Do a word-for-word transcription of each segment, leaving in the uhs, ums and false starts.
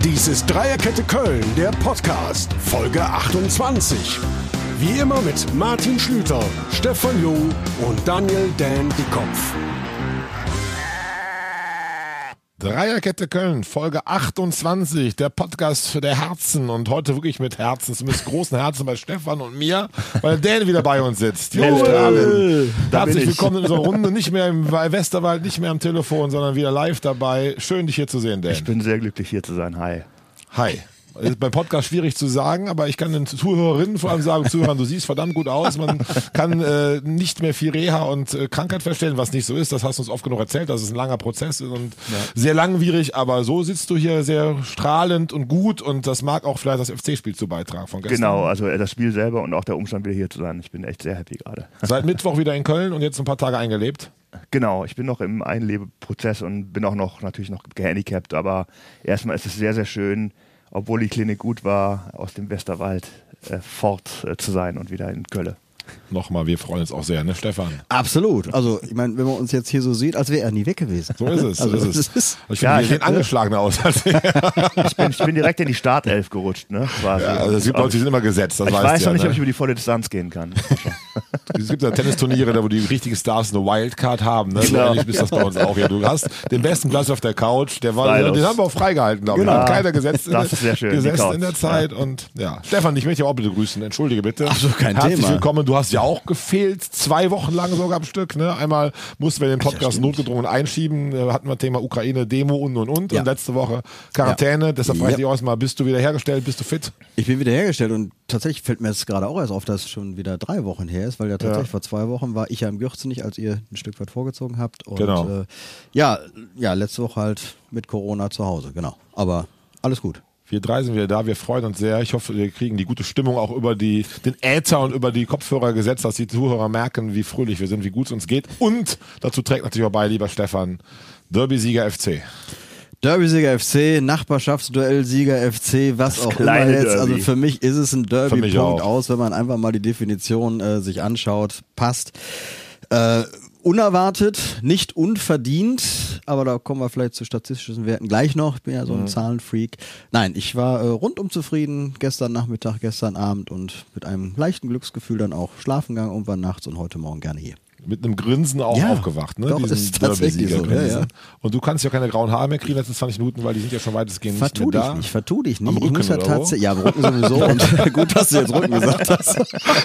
Dies ist Dreierkette Köln, der Podcast, Folge achtundzwanzig. Wie immer mit Martin Schlüter, Stefan Jung und Daniel Dan Diekopf. Dreierkette Köln, Folge achtundzwanzig, der Podcast für der Herzen und heute wirklich mit Herzen, zumindest großen Herzen bei Stefan und mir, weil Dan wieder bei uns sitzt. Herzlich willkommen in unserer Runde, nicht mehr im Westerwald, nicht mehr am Telefon, sondern wieder live dabei. Schön, dich hier zu sehen, Dan. Ich bin sehr glücklich, hier zu sein. Hi. Hi. Ist beim Podcast schwierig zu sagen, aber ich kann den Zuhörerinnen vor allem sagen, Zuhörern, du siehst verdammt gut aus, man kann äh, nicht mehr viel Reha und äh, Krankheit feststellen, was nicht so ist, das hast du uns oft genug erzählt, dass es ein langer Prozess ist und ja. sehr langwierig, aber so sitzt du hier sehr strahlend und gut und das mag auch vielleicht das F C-Spiel zu beitragen von gestern. Genau, also das Spiel selber und auch der Umstand, wieder hier zu sein, ich bin echt sehr happy gerade. Seit Mittwoch wieder in Köln und jetzt ein paar Tage eingelebt? Genau, ich bin noch im Einlebeprozess und bin auch noch natürlich noch gehandicapt, aber erstmal ist es sehr, sehr schön, obwohl die Klinik gut war, aus dem Westerwald äh, fort äh, zu sein und wieder in Köln. Nochmal, wir freuen uns auch sehr, ne Stefan? Absolut. Also ich meine, wenn man uns jetzt hier so sieht, als wäre er nie weg gewesen. So ist es. Also, so ist es. Ist ich finde, ja, wir sehen angeschlagener aus. Als ich, bin, ich bin direkt in die Startelf gerutscht. Ne? Ja, also es gibt Leute, die sind immer gesetzt. Das ich weiß weiß noch ja, nicht, ne? ob ich über die volle Distanz gehen kann. Es gibt ja Tennisturniere, da wo die richtigen Stars eine Wildcard haben. Ne? So genau. ähnlich bist das bei uns auch. Ja, du hast den besten Platz auf der Couch. Der war, den haben wir auch freigehalten, glaube ich. Genau. Hat keiner gesetzt in, das ist sehr schön, gesessen in der Zeit. Ja. Und ja, Stefan, ich möchte dich auch bitte grüßen. Entschuldige bitte. Ach so, kein Herzlich Thema. willkommen. Du hast ja auch gefehlt. Zwei Wochen lang sogar am Stück. Ne? Einmal mussten wir den Podcast ja, notgedrungen einschieben. Da hatten wir Thema Ukraine, Demo und und und. Ja. Und letzte Woche Quarantäne. Ja. Deshalb frage ich dich Ja. auch mal, bist du wieder hergestellt? Bist du fit? Ich bin wieder hergestellt und tatsächlich fällt mir jetzt gerade auch erst auf, dass es schon wieder drei Wochen her ist, weil ja tatsächlich Ja. vor zwei Wochen war ich ja im Gürzenich, als ihr ein Stück weit vorgezogen habt. Und Genau. äh, ja, ja, letzte Woche halt mit Corona zu Hause, genau. Aber alles gut. Wir drei sind wieder da, wir freuen uns sehr. Ich hoffe, wir kriegen die gute Stimmung auch über die, den Äther und über die Kopfhörer gesetzt, dass die Zuhörer merken, wie fröhlich wir sind, wie gut es uns geht. Und dazu trägt natürlich auch bei, lieber Stefan, Derby-Sieger F C. Derby-Sieger F C, Nachbarschaftsduell-Sieger F C, was Das auch kleine immer jetzt. Derby. Also für mich ist es ein Für mich Derby-Punkt auch. aus, wenn man einfach mal die Definition äh, sich anschaut. Passt. Äh, unerwartet, nicht unverdient, aber da kommen wir vielleicht zu statistischen Werten gleich noch. Ich bin ja so ein Mhm. Zahlenfreak. Nein, ich war äh, rundum zufrieden gestern Nachmittag, gestern Abend und mit einem leichten Glücksgefühl dann auch schlafen gegangen, irgendwann nachts und heute Morgen gerne hier. Mit einem Grinsen auch Ja, aufgewacht, ne? doch, Diesen ist tatsächlich so, Derby-Sieger-Grinsen. ja, ja. Und du kannst ja keine grauen Haare mehr kriegen, letzten zwanzig Minuten, weil die sind ja schon weitestgehend nicht Vertu mehr dich da. nicht, vertu dich nicht. Am ich Rücken muss ja oder wo? tatsächlich, ja, am Rücken sowieso und gut, dass du jetzt Rücken gesagt hast.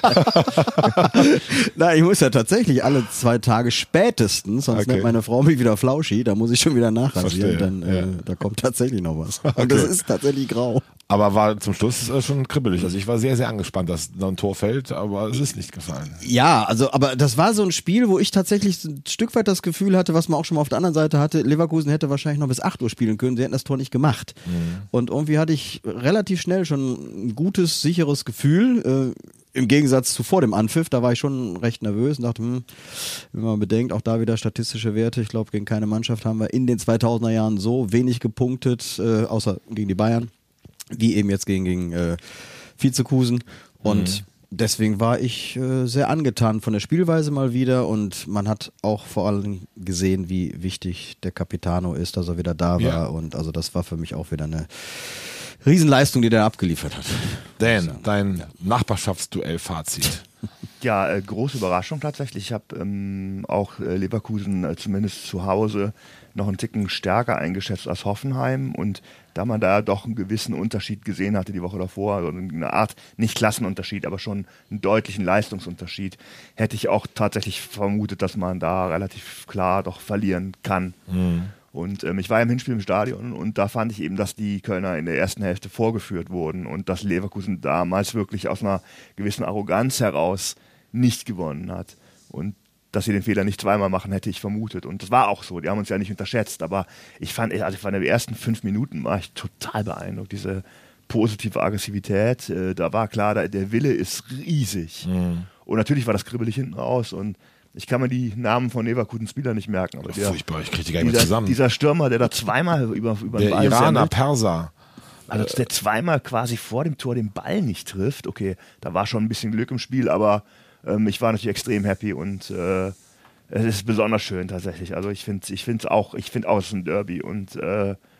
Nein, ich muss ja tatsächlich alle zwei Tage spätestens, sonst Okay. nennt meine Frau mich wieder Flauschi, da muss ich schon wieder nachrasieren, Verstehe, dann äh, ja. da kommt tatsächlich noch was. Und Okay. das ist tatsächlich grau. Aber war zum Schluss äh, schon kribbelig. Also ich war sehr, sehr angespannt, dass da ein Tor fällt, aber es ist nicht gefallen. Ja, also, aber das war so ein Spiel, wo ich tatsächlich ein Stück weit das Gefühl hatte, was man auch schon mal auf der anderen Seite hatte, Leverkusen hätte wahrscheinlich noch bis acht Uhr spielen können, sie hätten das Tor nicht gemacht. Mhm. Und irgendwie hatte ich relativ schnell schon ein gutes, sicheres Gefühl, äh, im Gegensatz zu vor dem Anpfiff, da war ich schon recht nervös und dachte, hm, wenn man bedenkt, auch da wieder statistische Werte, ich glaube, gegen keine Mannschaft haben wir in den zweitausender Jahren so wenig gepunktet, äh, außer gegen die Bayern, wie eben jetzt gegen, gegen äh, Vizekusen. Und mhm. deswegen war ich äh, sehr angetan von der Spielweise mal wieder und man hat auch vor allem gesehen, wie wichtig der Capitano ist, dass er wieder da war. Ja. Und also das war für mich auch wieder eine Riesenleistung, die der abgeliefert hat. Dan, dein ja. Nachbarschaftsduell-Fazit. Ja, äh, große Überraschung tatsächlich. Ich habe ähm, auch äh, Leverkusen äh, zumindest zu Hause noch einen Ticken stärker eingeschätzt als Hoffenheim und da man da doch einen gewissen Unterschied gesehen hatte die Woche davor, also eine Art, nicht Klassenunterschied, aber schon einen deutlichen Leistungsunterschied, hätte ich auch tatsächlich vermutet, dass man da relativ klar doch verlieren kann. Mhm. Und ähm, ich war im Hinspiel im Stadion und da fand ich eben, dass die Kölner in der ersten Hälfte vorgeführt wurden und dass Leverkusen damals wirklich aus einer gewissen Arroganz heraus nicht gewonnen hat. Und dass sie den Fehler nicht zweimal machen, hätte ich vermutet. Und das war auch so. Die haben uns ja nicht unterschätzt. Aber ich fand, also von den ersten fünf Minuten war ich total beeindruckt. Diese positive Aggressivität, äh, da war klar, da, der Wille ist riesig. Mhm. Und natürlich war das kribbelig hinten raus. Und ich kann mir die Namen von Leverkusen Spielern nicht merken. Aber der, furchtbar, ich kriege die gar nicht mehr dieser, zusammen. dieser Stürmer, der da zweimal über, über den der Ball Iraner, semmelt, Perser. Also der zweimal quasi vor dem Tor den Ball nicht trifft. Okay, da war schon ein bisschen Glück im Spiel, aber ähm, ich war natürlich extrem happy und äh, es ist besonders schön tatsächlich. Also ich finde ich finde auch, ich finde auch, es ist ein Derby und äh,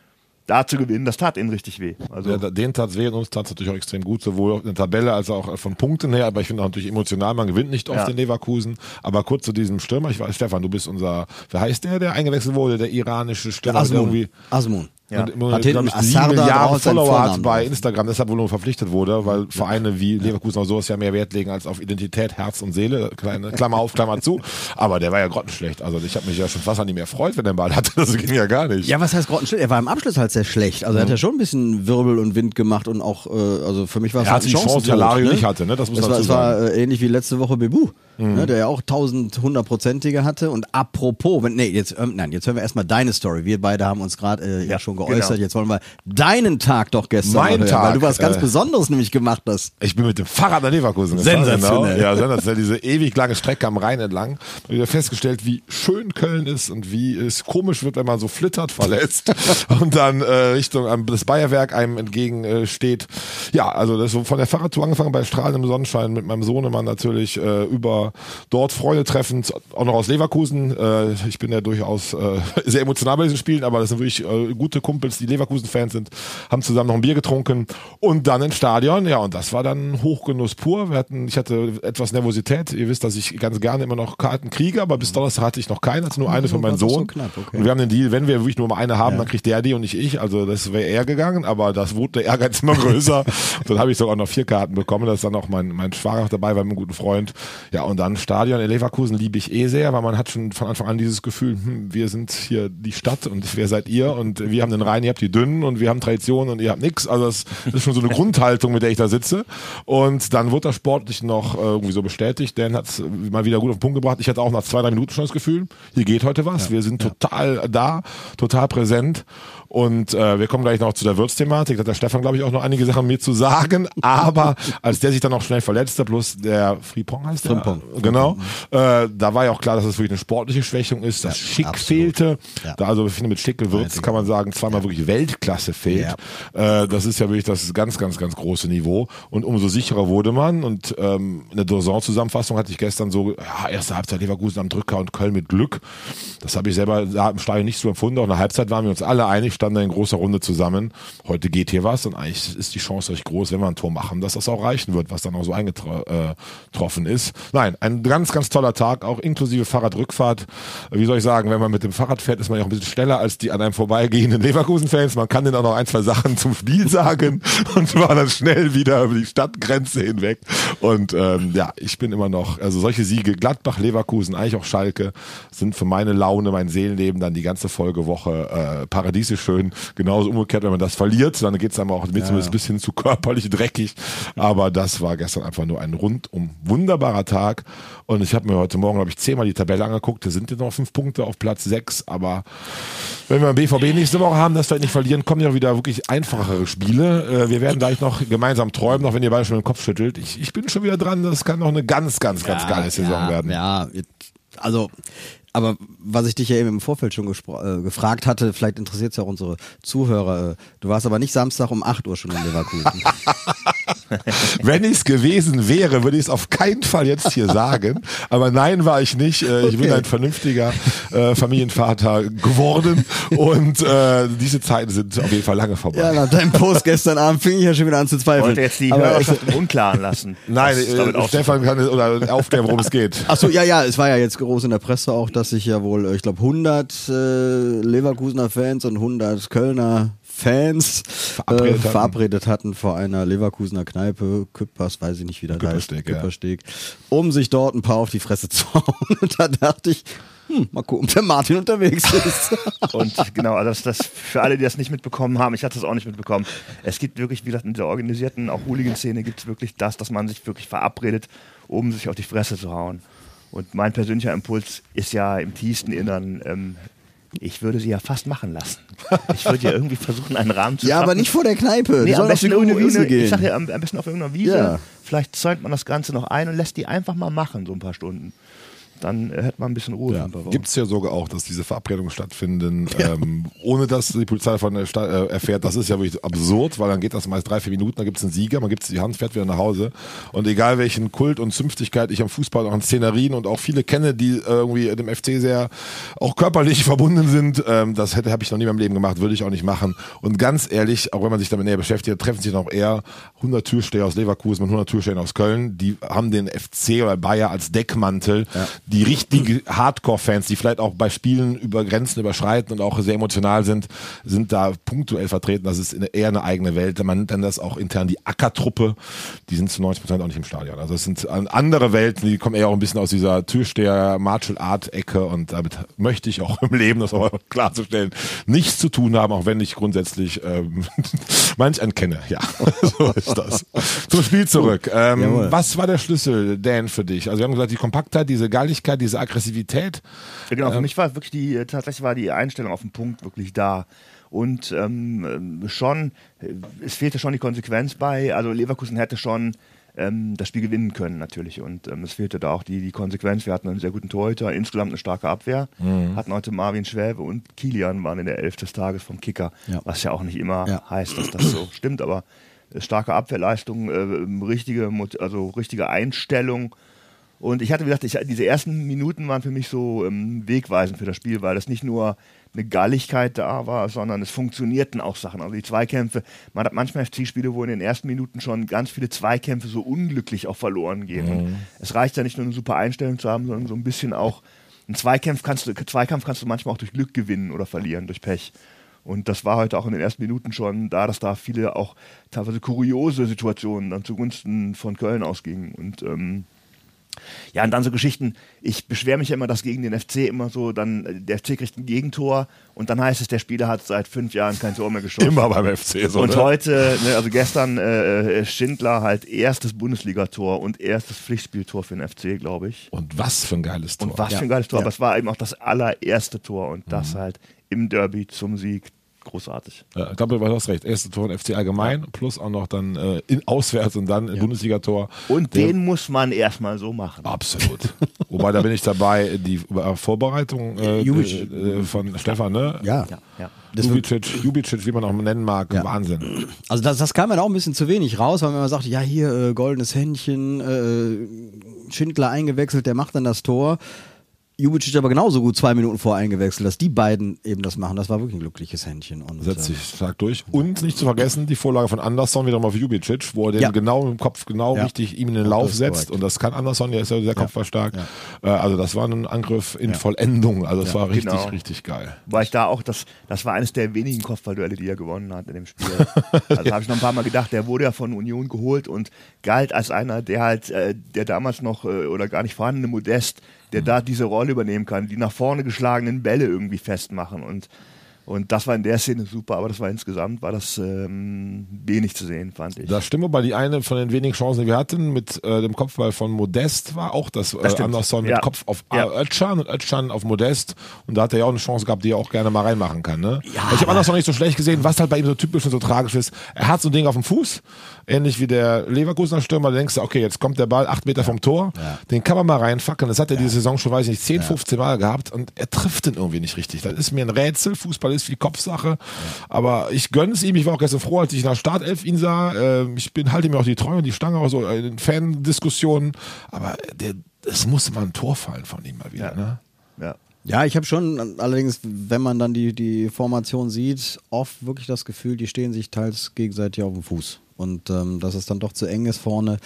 da zu gewinnen, das tat ihnen richtig weh. Also ja, den tat es weh und uns tat es natürlich auch extrem gut, sowohl in der Tabelle als auch von Punkten her, aber ich finde auch natürlich emotional, man gewinnt nicht oft Ja. in Leverkusen, aber kurz zu diesem Stürmer, ich weiß, Stefan, du bist unser, wer heißt der, der eingewechselt wurde, der iranische Stürmer, der Asmun. irgendwie Asmun. Ja. und immer, Hat glaub hinten ich, sieben Assarda Milliarden drauf seinen Follower hat Vornamen bei drauf. Instagram, deshalb wohl nur verpflichtet wurde, weil Vereine wie Leverkusen auch sowas ja mehr Wert legen als auf Identität, Herz und Seele, kleine Klammer auf, Klammer zu, aber der war ja grottenschlecht, also ich habe mich ja schon fast an ihm erfreut, wenn der den Ball hatte, das ging ja gar nicht. Ja, was heißt grottenschlecht? Er war im Abschluss halt sehr schlecht. Also er hat ja schon ein bisschen Wirbel und Wind gemacht und auch, äh, also für mich war es Er halt hatte die Chance, die chancenlos, Alario ne? nicht hatte, ne? Das muss es man war, dazu es war sagen. äh, ähnlich wie letzte Woche Bebu, ne? Der ja auch tausendhundertprozentige hatte. Und apropos, wenn, nee, jetzt, ähm, nein, jetzt hören wir erstmal deine Story. Wir beide haben uns gerade äh, ja, Ja, schon geäußert. genau. Jetzt wollen wir deinen Tag doch gestern Mein mal hören, Tag, weil du was ganz äh, Besonderes nämlich gemacht hast. Ich bin mit dem Fahrrad nach Leverkusen gefahren. Sensationell. Genau. Ja, sensationell. Diese ewig lange Strecke am Rhein entlang. Und wieder festgestellt, wie schön Köln ist und wie es komisch wird, wenn man so flittert, verletzt und dann äh, Richtung am das Bayerwerk einem entgegensteht. Äh, ja, also das ist so von der Fahrradtour angefangen bei strahlendem Sonnenschein mit meinem Sohnemann natürlich äh, über dort Freunde treffend, auch noch aus Leverkusen. Äh, ich bin ja durchaus äh, sehr emotional bei diesen Spielen, aber das sind wirklich äh, gute Kumpels, die Leverkusen-Fans sind, haben zusammen noch ein Bier getrunken und dann ins Stadion. Ja, und das war dann Hochgenuss pur. Wir hatten, ich hatte etwas Nervosität. Ihr wisst, dass ich ganz gerne immer noch Karten kriege, aber bis Donnerstag hatte ich noch keine, hatte nur eine von meinem das ist so Sohn. knapp, okay. Und wir haben den Deal, wenn wir wirklich nur mal eine haben, dann kriegt der die und nicht ich. Also das wäre er gegangen, aber das wurde der Ehrgeiz immer größer. Und dann habe ich sogar noch vier Karten bekommen. Das ist dann auch mein, mein Schwager dabei, war mit einem guten Freund. Ja, und dann Stadion in Leverkusen liebe ich eh sehr, weil man hat schon von Anfang an dieses Gefühl, hm, wir sind hier die Stadt und wer seid ihr? Und wir haben den Rhein, ihr habt die Dünnen und wir haben Tradition und ihr habt nix. Also das, das ist schon so eine Grundhaltung, mit der ich da sitze. Und dann wurde das sportlich noch äh, irgendwie so bestätigt. Dan hat es mal wieder gut auf den Punkt gebracht. Ich hatte auch nach zwei, drei Minuten schon das Gefühl, hier geht heute was. Wir sind total da, total präsent. Und äh, wir kommen gleich noch zu der Würzthematik. Da hat der Stefan, glaube ich, auch noch einige Sachen mir zu sagen. Aber als der sich dann auch schnell verletzte, plus der Frimpong heißt der? Frimpong. Genau. Äh, da war ja auch klar, dass es wirklich eine sportliche Schwächung ist, dass Ja, Schick absolut. fehlte. Ja. Da also ich finde mit Schick Würz kann man sagen, zweimal wirklich Weltklasse fehlt. Äh, das ist ja wirklich das ganz, ganz, ganz große Niveau. Und umso sicherer wurde man. Und ähm, in der Dawson-Zusammenfassung hatte ich gestern so, ja, erste Halbzeit Leverkusen am Drücker und Köln mit Glück. Das habe ich selber da im Stadion nicht so empfunden. Auch in der Halbzeit waren wir uns alle einig, standen da in großer Runde zusammen. Heute geht hier was und eigentlich ist die Chance recht groß, wenn wir ein Tor machen, dass das auch reichen wird, was dann auch so eingetroffen ist. Nein, ein ganz, ganz toller Tag, auch inklusive Fahrradrückfahrt. Wie soll ich sagen, wenn man mit dem Fahrrad fährt, ist man ja auch ein bisschen schneller als die an einem vorbeigehenden Leverkusen-Fans. Man kann denen auch noch ein, zwei Sachen zum Spiel sagen und war dann schnell wieder über die Stadtgrenze hinweg. Und ähm, ja, ich bin immer noch, also solche Siege, Gladbach, Leverkusen, eigentlich auch Schalke, sind für meine Laune, mein Seelenleben dann die ganze Folgewoche äh, paradiesisch schön. Genauso umgekehrt, wenn man das verliert, dann geht es einem auch mit, ja, ja. bis hin zu körperlich dreckig. Aber das war gestern einfach nur ein rundum wunderbarer Tag. Und ich habe mir heute Morgen, glaube ich, zehnmal die Tabelle angeguckt. Da sind jetzt noch fünf Punkte auf Platz sechs. Aber wenn wir B V B nächste Woche haben, das vielleicht nicht verlieren, kommen ja auch wieder wirklich einfachere Spiele. Wir werden gleich noch gemeinsam träumen, auch wenn ihr beide schon den Kopf schüttelt. Ich, ich bin schon wieder dran. Das kann noch eine ganz, ganz, ganz Ja, geile Saison ja, werden. Ja, also, aber was ich dich ja eben im Vorfeld schon äh, gefragt hatte, vielleicht interessiert es ja auch unsere Zuhörer. Äh, du warst aber nicht Samstag um acht Uhr schon in Leverkusen. Wenn ich es gewesen wäre, würde ich es auf keinen Fall jetzt hier sagen. Aber nein, war ich nicht. Äh, ich Okay. bin ein vernünftiger äh, Familienvater geworden und äh, diese Zeiten sind auf jeden Fall lange vorbei. Ja, nach deinem Post gestern Abend fing ich ja schon wieder an zu zweifeln. wollte jetzt die Aber Hörerschaft im Unklaren lassen. Nein, was damit äh, auf- Stefan kann es oder aufklären, worum es geht. Achso, ja, ja, es war ja jetzt groß in der Presse auch, dass sich ja wohl, äh, ich glaube, hundert äh, Leverkusener Fans und hundert Kölner Fans Verabredet äh, hatten. verabredet hatten vor einer Leverkusener Kneipe, Küppers, weiß ich nicht, wie das heißt, Küppersteg, ja. Küppersteg, um sich dort ein paar auf die Fresse zu hauen. Und da dachte ich, hm, mal gucken, ob der Martin unterwegs ist. Und genau, also das, das für alle, die das nicht mitbekommen haben, ich hatte das auch nicht mitbekommen. Es gibt wirklich, wie gesagt, in der organisierten, auch Hooligan-Szene gibt es wirklich das, dass man sich wirklich verabredet, um sich auf die Fresse zu hauen. Und mein persönlicher Impuls ist ja im tiefsten Innern, ähm, ich würde sie ja fast machen lassen. Ich würde ja irgendwie versuchen, einen Rahmen zu Ja, schaffen. aber nicht vor der Kneipe. Nee, Die am sollen auf besten die grüne irgendwo Wiese irgendeine- gehen. Ich sag ja, am, am besten auf irgendeiner Wiese. Ja. Vielleicht zäunt man das Ganze noch ein und lässt die einfach mal machen, so ein paar Stunden. dann äh, hätte man ein bisschen Ruhe. Ja. Gibt es ja sogar auch, dass diese Verabredungen stattfinden, ja. ähm, ohne dass die Polizei davon äh, erfährt. Das ist ja wirklich absurd, weil dann geht das meist drei, vier Minuten, dann gibt es einen Sieger, man gibt die Hand, fährt wieder nach Hause. Und egal welchen Kult und Zünftigkeit ich am Fußball, auch an Szenerien und auch viele kenne, die irgendwie dem F C sehr auch körperlich verbunden sind, ähm, das hätte habe ich noch nie in meinem Leben gemacht, würde ich auch nicht machen. Und ganz ehrlich, auch wenn man sich damit näher beschäftigt, treffen sich noch eher hundert Türsteher aus Leverkusen und hundert Türsteher aus Köln, die haben den F C oder Bayer als Deckmantel. Ja. Die richtigen Hardcore-Fans, die vielleicht auch bei Spielen über Grenzen überschreiten und auch sehr emotional sind, sind da punktuell vertreten. Das ist eher eine eigene Welt. Man nennt dann das auch intern die Ackertruppe. Die sind zu neunzig Prozent auch nicht im Stadion. Also es sind andere Welten, die kommen eher auch ein bisschen aus dieser Türsteher-Martial-Art-Ecke und damit möchte ich auch im Leben, das auch klarzustellen, nichts zu tun haben, auch wenn ich grundsätzlich ähm, manch einen kenne. Ja, so ist das. Zum Spiel zurück. Ähm, was war der Schlüssel, Dan, für dich? Also wir haben gesagt, die Kompaktheit, diese Galligkeit, diese Aggressivität. Ja, genau, für ähm, mich war wirklich die, tatsächlich war die Einstellung auf den Punkt wirklich da. Und ähm, schon, es fehlte schon die Konsequenz bei, also Leverkusen hätte schon ähm, das Spiel gewinnen können natürlich und ähm, es fehlte da auch die, die Konsequenz. Wir hatten einen sehr guten Torhüter, insgesamt eine starke Abwehr, mhm. hatten heute Marvin Schwäbe und Kilian waren in der Elf des Tages vom Kicker, ja. was ja auch nicht immer ja. heißt, dass das so stimmt, aber starke Abwehrleistung, äh, richtige, also richtige Einstellung. Und ich hatte gedacht, ich, diese ersten Minuten waren für mich so ähm, wegweisend für das Spiel, weil das nicht nur eine Galligkeit da war, sondern es funktionierten auch Sachen. Also die Zweikämpfe, man hat manchmal F C-Spiele, wo in den ersten Minuten schon ganz viele Zweikämpfe so unglücklich auch verloren gehen. Mhm. Und es reicht ja nicht nur eine super Einstellung zu haben, sondern so ein bisschen auch, einen Zweikampf kannst du, Zweikampf kannst du manchmal auch durch Glück gewinnen oder verlieren, durch Pech. Und das war heute auch in den ersten Minuten schon da, dass da viele auch teilweise kuriose Situationen dann zugunsten von Köln ausgingen. Und ähm, ja, und dann so Geschichten, ich beschwere mich ja immer, dass gegen den F C immer so, dann der F C kriegt ein Gegentor und dann heißt es, der Spieler hat seit fünf Jahren kein Tor mehr geschossen. Immer beim F C so. Und ne? heute, ne, also gestern äh, Schindler halt erstes Bundesligator und erstes Pflichtspieltor für den F C, glaube ich. Und was für ein geiles Tor. Und was ja. für ein geiles Tor, ja. aber es war eben auch das allererste Tor und das mhm. halt im Derby zum Sieg. Großartig. Ja, ich glaube, du hast recht. Erste Tor in F C allgemein, ja. plus auch noch dann äh, in, auswärts und dann ja. Bundesligator. Und den muss man erstmal so machen. Absolut. Wobei, da bin ich dabei, die Vorbereitung äh, äh, von Stefan, ne? Ja. ja, ja. Jubicic, Jubicic, wie man auch nennen mag, ja. Wahnsinn. Also das, das kam dann auch ein bisschen zu wenig raus, weil man immer sagt, ja hier, äh, goldenes Händchen, äh, Schindler eingewechselt, der macht dann das Tor. Jubicic aber genauso gut zwei Minuten vor eingewechselt, dass die beiden eben das machen. Das war wirklich ein glückliches Händchen. Und, setzt sich stark durch. Und nicht zu vergessen, die Vorlage von Anderson wiederum auf Jubicic, wo er den ja. genau im Kopf genau ja. richtig ihm in den Lauf setzt. Korrekt. Und das kann Anderson, der ist ja sehr kopfballstark. Ja. Ja. Also das war ein Angriff in ja. Vollendung. Also das ja. war richtig, genau. richtig geil. Weil ich da auch, das, das war eines der wenigen Kopfballduelle, die er gewonnen hat in dem Spiel. Also habe ich noch ein paar Mal gedacht, der wurde ja von Union geholt und galt als einer, der halt, äh, der damals noch äh, oder gar nicht vorhandene Modest, der da diese Rolle übernehmen kann, die nach vorne geschlagenen Bälle irgendwie festmachen und Und das war in der Szene super, aber das war insgesamt, war das ähm, wenig zu sehen, fand ich. Das stimmt, aber die eine von den wenigen Chancen, die wir hatten, mit äh, dem Kopfball von Modest, war auch das, das äh, Anderson mit ja. Kopf auf ja. Özcan und Özcan auf Modest. Und da hat er ja auch eine Chance gehabt, die er auch gerne mal reinmachen kann. Ne? Ja, ich habe Anderson nicht so schlecht gesehen, was halt bei ihm so typisch und so tragisch ist. Er hat so ein Ding auf dem Fuß, ähnlich wie der Leverkusener Stürmer. Da denkst du, okay, jetzt kommt der Ball acht Meter vom Tor, ja. den kann man mal reinfackeln. Das hat er ja. diese Saison schon, weiß ich nicht, zehn, fünfzehn Mal gehabt und er trifft den irgendwie nicht richtig. Das ist mir ein Rätsel. Fußball ist viel Kopfsache. Ja. Aber ich gönne es ihm. Ich war auch gestern froh, als ich in der Startelf ihn sah. Ich bin, halte mir auch die Treue und die Stange auch so in Fan-Diskussionen. Aber der, es muss mal ein Tor fallen von ihm mal wieder. Ja. Ne? Ja. Ja, ich habe schon, allerdings, wenn man dann die, die Formation sieht, oft wirklich das Gefühl, die stehen sich teils gegenseitig auf dem Fuß. Und ähm, dass es dann doch zu eng ist vorne.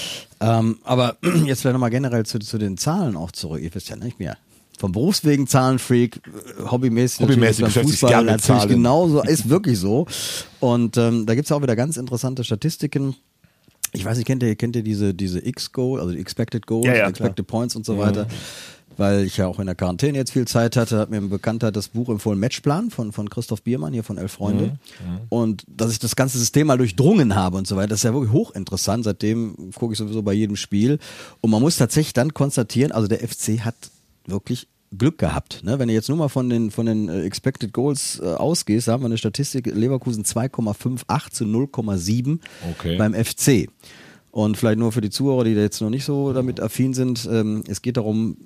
Ähm, aber jetzt vielleicht nochmal generell zu, zu den Zahlen auch zurück. Ihr wisst ja nicht mehr. Vom Berufswegen Zahlenfreak, hobbymäßig, hobbymäßig beim Fußball natürlich genauso, ist wirklich so. Und ähm, da gibt es auch wieder ganz interessante Statistiken. Ich weiß nicht, kennt ihr, kennt ihr diese, diese X-Goal, also die Expected Goals, ja, ja, Expected klar. Points und so weiter? Mhm. Weil ich ja auch in der Quarantäne jetzt viel Zeit hatte, hat mir ein Bekannter das Buch empfohlen, Matchplan von, von Christoph Biermann, hier von Elf Freunde. Mhm. Mhm. Und dass ich das ganze System mal durchdrungen habe und so weiter, das ist ja wirklich hochinteressant. Seitdem gucke ich sowieso bei jedem Spiel. Und man muss tatsächlich dann konstatieren, also der F C hat wirklich Glück gehabt. Ne? Wenn du jetzt nur mal von den, von den äh, Expected Goals äh, ausgehst, da haben wir eine Statistik, Leverkusen zwei Komma fünfundachtzig zu null Komma sieben okay. beim F C. Und vielleicht nur für die Zuhörer, die da jetzt noch nicht so damit affin sind, ähm, es geht darum,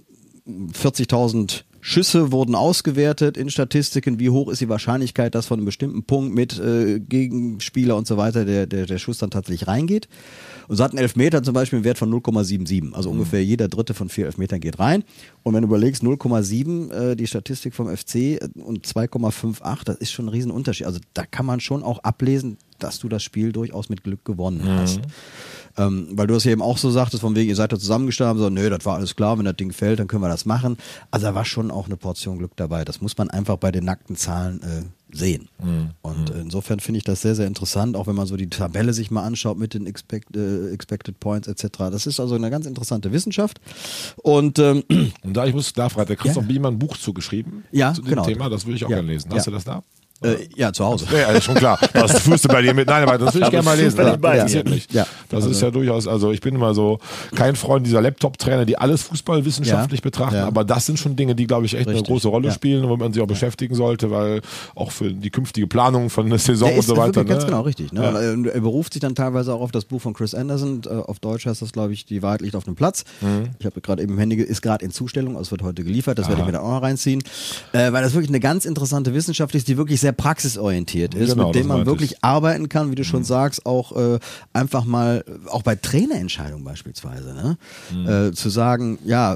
vierzigtausend Schüsse wurden ausgewertet in Statistiken. Wie hoch ist die Wahrscheinlichkeit, dass von einem bestimmten Punkt mit äh, Gegenspieler und so weiter der, der, der Schuss dann tatsächlich reingeht? Und so hat ein Elfmeter zum Beispiel einen Wert von null Komma siebenundsiebzig. Also mhm. ungefähr jeder dritte von vier Elfmetern geht rein. Und wenn du überlegst, null Komma sieben äh, die Statistik vom F C und zwei Komma fünfundachtzig, das ist schon ein Riesenunterschied. Also da kann man schon auch ablesen, dass du das Spiel durchaus mit Glück gewonnen mhm. hast. Ähm, weil du das ja eben auch so sagtest, von wegen, ihr seid da zusammengestanden, so, nö, das war alles klar, wenn das Ding fällt, dann können wir das machen. Also da war schon auch eine Portion Glück dabei. Das muss man einfach bei den nackten Zahlen äh, sehen. Mhm. Und äh, insofern finde ich das sehr, sehr interessant, auch wenn man so die Tabelle sich mal anschaut mit den Expect, äh, Expected Points et cetera. Das ist also eine ganz interessante Wissenschaft. Und, ähm, Und da ich muss da fragen, der Christoph ja. Biemann ein Buch zugeschrieben ja, zu dem genau. Thema, das würde ich auch ja. gerne lesen. Hast ja. du das da? Äh, ja, zu Hause. Ja, ist schon klar. Das führst du bei dir mit. Nein, aber das will ich gerne mal lesen. Das interessiert ja. mich. Ja. Das also. ist ja durchaus, also ich bin immer so kein Freund dieser Laptop-Trainer, die alles fußballwissenschaftlich ja. betrachten, ja. aber das sind schon Dinge, die, glaube ich, echt Richtig. eine große Rolle ja. spielen, wo man sich auch ja. beschäftigen sollte, weil auch für die künftige Planung von der Saison der und so weiter. Ne? Ganz genau, richtig. Ne? Ja. Er, er beruft sich dann teilweise auch auf das Buch von Chris Anderson. Auf Deutsch heißt das, glaube ich, Die Wahrheit liegt auf dem Platz. Mhm. Ich habe gerade eben im Handy, ist gerade in Zustellung, also es wird heute geliefert, das Aha. werde ich mir dann auch noch reinziehen. Äh, weil das wirklich eine ganz interessante Wissenschaft ist, die wirklich sehr praxisorientiert ist, genau, mit dem man wirklich ich. arbeiten kann, wie du schon mhm. sagst, auch äh, einfach mal, auch bei Trainerentscheidungen beispielsweise, ne? mhm. äh, zu sagen, ja,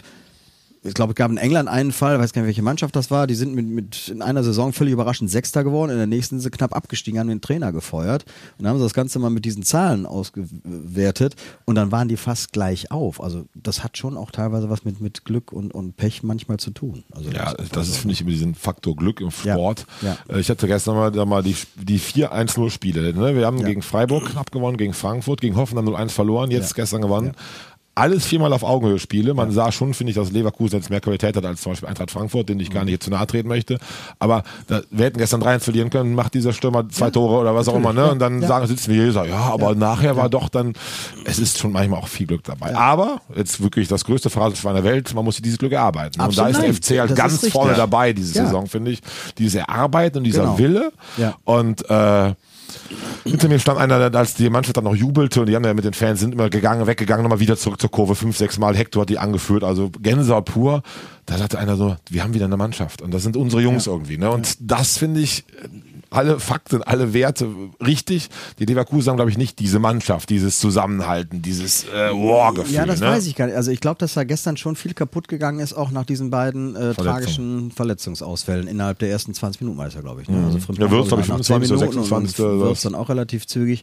ich glaube, es gab in England einen Fall, weiß gar nicht, welche Mannschaft das war, die sind mit, mit in einer Saison völlig überraschend Sechster geworden, in der nächsten sind sie knapp abgestiegen, haben den Trainer gefeuert und dann haben sie das Ganze mal mit diesen Zahlen ausgewertet und dann waren die fast gleich auf. Also das hat schon auch teilweise was mit, mit Glück und, und Pech manchmal zu tun. Also ja, das, das ist, finde ich, immer diesen Faktor Glück im Sport. Ja, ja. Ich hatte gestern mal, da mal die, die vier eins null Spiele. Ne? Wir haben ja. gegen Freiburg knapp gewonnen, gegen Frankfurt, gegen Hoffenheim null eins verloren, jetzt ja. gestern gewonnen. Ja. Alles viermal auf Augenhöhe Spiele. Man ja. sah schon, finde ich, dass Leverkusen jetzt mehr Qualität hat als zum Beispiel Eintracht Frankfurt, den ich gar nicht hier zu nahe treten möchte. Aber da, wir hätten gestern drei eins verlieren können, macht dieser Stürmer zwei ja. Tore oder was Natürlich. auch immer. Ne? Und dann ja. sagen, sitzen wir hier so, ja, aber ja. nachher ja. war doch dann, es ist schon manchmal auch viel Glück dabei. Ja. Aber jetzt wirklich das größte Phrasenschwein der Welt, man muss sich dieses Glück erarbeiten. Absolut. Und da ist der F C halt das ganz vorne ja. dabei diese ja. Saison, finde ich. Dieses Erarbeiten und dieser genau. Wille. Ja. Und äh, hinter mir stand einer, als die Mannschaft dann noch jubelte und die haben ja mit den Fans sind immer gegangen, weggegangen, nochmal wieder zurück zur Kurve, fünf, sechs Mal. Hector hat die angeführt, also Gänsehaut pur. Da sagte einer so, wir haben wieder eine Mannschaft und das sind unsere Jungs ja. irgendwie. Ne? Und ja. das finde ich, alle Fakten, alle Werte richtig. Die Leverkusen haben, glaube ich, nicht diese Mannschaft, dieses Zusammenhalten, dieses äh, War-Gefühl. Ja, das ne? weiß ich gar nicht. Also ich glaube, dass da gestern schon viel kaputt gegangen ist, auch nach diesen beiden äh, tragischen Verletzungsausfällen innerhalb der ersten zwanzig Minuten, war es ja, glaube ich. Ne? Also ja, Würz, glaube ich, fünfundzwanzig oder sechsundzwanzig. Würz dann auch relativ zügig.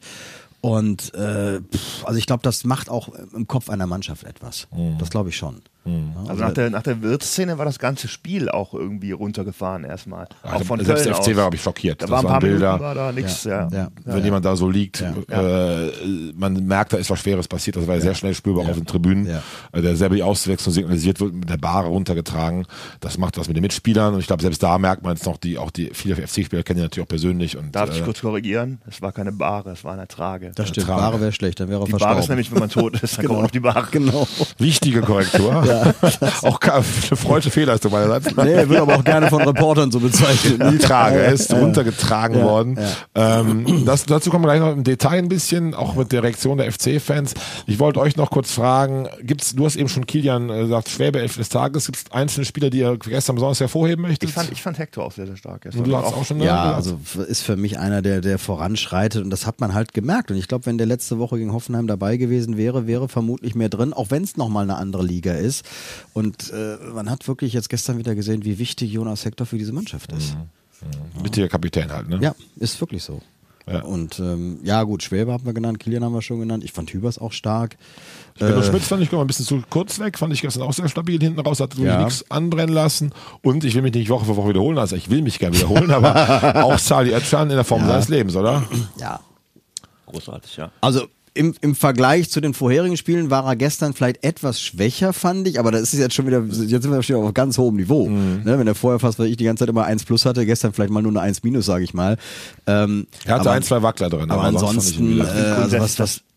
Und äh, pff, also ich glaube, das macht auch im Kopf einer Mannschaft etwas. Mhm. Das glaube ich schon. Mhm. Also, also nach der, nach der Wirtsszene war das ganze Spiel auch irgendwie runtergefahren erstmal. Ja, auch von selbst Köln der F C aus. war, glaube ich, schockiert. Da das waren ein paar Bilder. Minuten war da nichts. Ja. Ja. Ja. Wenn ja. jemand da so liegt, ja. äh, man merkt, da ist was Schweres passiert. Das war ja sehr schnell spürbar ja. auf den Tribünen. Ja. Der selber die Auswechslung signalisiert wird, mit der Bahre runtergetragen. Das macht was mit den Mitspielern. Und ich glaube, selbst da merkt man es noch, die, auch die viele F C-Spieler kennen die natürlich auch persönlich. Und, Darf äh, ich kurz korrigieren? Es war keine Bahre, es war eine Trage. Das stimmt, Trage. Bahre wäre schlecht, dann wäre er Die verstorben. Bahre ist nämlich, wenn man tot ist, dann genau. kommt man auf die Bahre. Genau. Wichtige Korrektur. ja. Auch eine freudsche Fehlleistung meinerseits. Nee, er wird aber auch gerne von Reportern so bezeichnet. Die Trage, er ist runtergetragen ja. worden. Ja. Ähm, das, dazu kommen wir gleich noch im Detail ein bisschen, auch mit der Reaktion der F C-Fans. Ich wollte euch noch kurz fragen, gibt's, du hast eben schon Kilian äh, gesagt, Schwäbe Elf des Tages, gibt es einzelne Spieler, die ihr gestern besonders hervorheben möchtet? Ich fand, ich fand Hector auch sehr, sehr stark. Und du hast auch, auch schon Ja, also ist für mich einer, der, der voranschreitet und das hat man halt gemerkt. Und ich glaube, wenn der letzte Woche gegen Hoffenheim dabei gewesen wäre, wäre vermutlich mehr drin, auch wenn es nochmal eine andere Liga ist. Und äh, man hat wirklich jetzt gestern wieder gesehen, wie wichtig Jonas Hector für diese Mannschaft ist. Mhm. Mhm. Wichtiger Kapitän halt, ne? Ja, ist wirklich so. Ja. Und ähm, ja gut, Schwäbe haben wir genannt, Kilian haben wir schon genannt. Ich fand Hübers auch stark. Benno äh, Schmitz fand ich, komm mal ein bisschen zu kurz weg, fand ich gestern auch sehr stabil hinten raus, hat wirklich ja. nichts anbrennen lassen. Und ich will mich nicht Woche für Woche wiederholen, also ich will mich gerne wiederholen, aber auch Charlie Özcan in der Form ja. seines Lebens, oder? Ja. Großartig, ja. Also Im, im Vergleich zu den vorherigen Spielen war er gestern vielleicht etwas schwächer, fand ich, aber das ist jetzt schon wieder, jetzt sind wir schon auf ganz hohem Niveau. Mhm. Ne, wenn er vorher fast, weil ich die ganze Zeit immer eins plus hatte, gestern vielleicht mal nur eine eins minus, sage ich mal. Ähm, er hatte aber, ein, zwei Wackler drin. Aber, aber ansonsten, äh, also was, was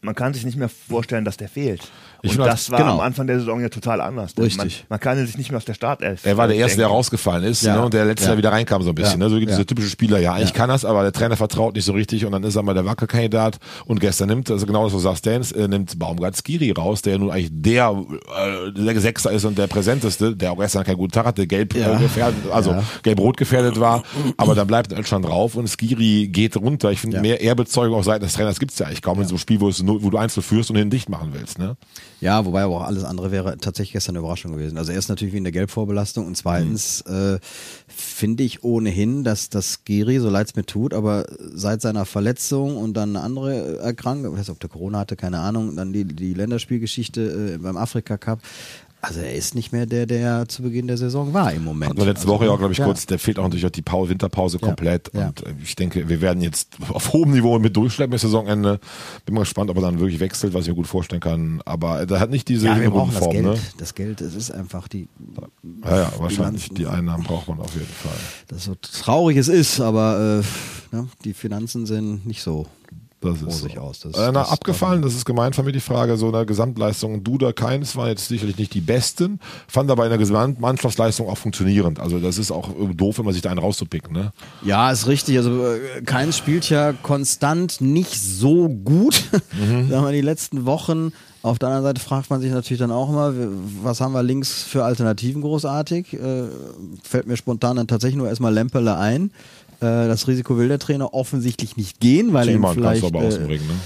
man kann sich nicht mehr vorstellen, dass der fehlt. Ich Und finde, das war genau. am Anfang der Saison ja total anders. Richtig. Man, man kann sich nicht mehr aus der Startelf Er war der Erste, der denken. rausgefallen ist, Ja. ne, und der letzte, Ja. der wieder reinkam so ein bisschen. Ja. Ne? So diese Ja. typische Spieler, ja, eigentlich Ja. kann das, aber der Trainer vertraut nicht so richtig und dann ist er mal der Wackelkandidat und gestern nimmt, also genau das, was du sagst, Dance, äh, nimmt Baumgart Skiri raus, der ja nun eigentlich der, äh, der Sechser ist und der präsenteste, der auch gestern keinen guten Tag hatte, gelb Ja. äh, gefährdet, also Ja. gelb-rot gefährdet war, aber dann bleibt Özcan drauf und Skiri geht runter. Ich finde, Ja. mehr Ehrbezeugung auf Seiten des Trainers gibt's ja eigentlich kaum in so einem Spiel, wo, es nur, wo du eins führst und ihn dicht machen willst. Ne? Ja, wobei aber auch alles andere wäre tatsächlich gestern eine Überraschung gewesen. Also erst natürlich wegen der Gelbvorbelastung und zweitens Mhm. äh, finde ich ohnehin, dass das Giri, so leid es mir tut, aber seit seiner Verletzung und dann eine andere Erkrankung, ich weiß nicht, ob der Corona hatte, keine Ahnung, dann die, die Länderspielgeschichte äh, beim Afrika Cup. Also er ist nicht mehr der, der zu Beginn der Saison war im Moment. Hatten wir letzte also, Woche ja auch, glaube ich, ja. kurz, der fehlt auch natürlich auch die Pause, Winterpause Ja. komplett. Ja. Und äh, ich denke, wir werden jetzt auf hohem Niveau mit durchschleppen bis Saisonende. Bin mal gespannt, ob er dann wirklich wechselt, was ich mir gut vorstellen kann. Aber er hat nicht diese Ja, wir brauchen das Form, Geld. ne? Das Geld, es ist einfach die. Ja, ja, wahrscheinlich. Bilanzen. Die Einnahmen braucht man auf jeden Fall. Das so traurig es ist, aber äh, ne, die Finanzen sehen nicht so Das ist rosig so. aus. Das, äh, na, das- abgefallen, das ist gemein von mir die Frage, so eine Gesamtleistung. Duda, Keins waren jetzt sicherlich nicht die besten, fand aber in der Gesamtmannschaftsleistung auch funktionierend. Also das ist auch äh, doof, wenn man sich da einen rauszupicken. Ne? Ja, ist richtig. Also äh, Keins spielt ja konstant nicht so gut. Mhm. Sagen wir die letzten Wochen. Auf der anderen Seite fragt man sich natürlich dann auch immer, was haben wir links für Alternativen großartig? Äh, fällt mir spontan dann tatsächlich nur erstmal Lemperle ein. Äh, das Risiko will der Trainer offensichtlich nicht gehen, weil er ihm Thielmann kannst vielleicht... du aber aus dem Äh, Ring, ne?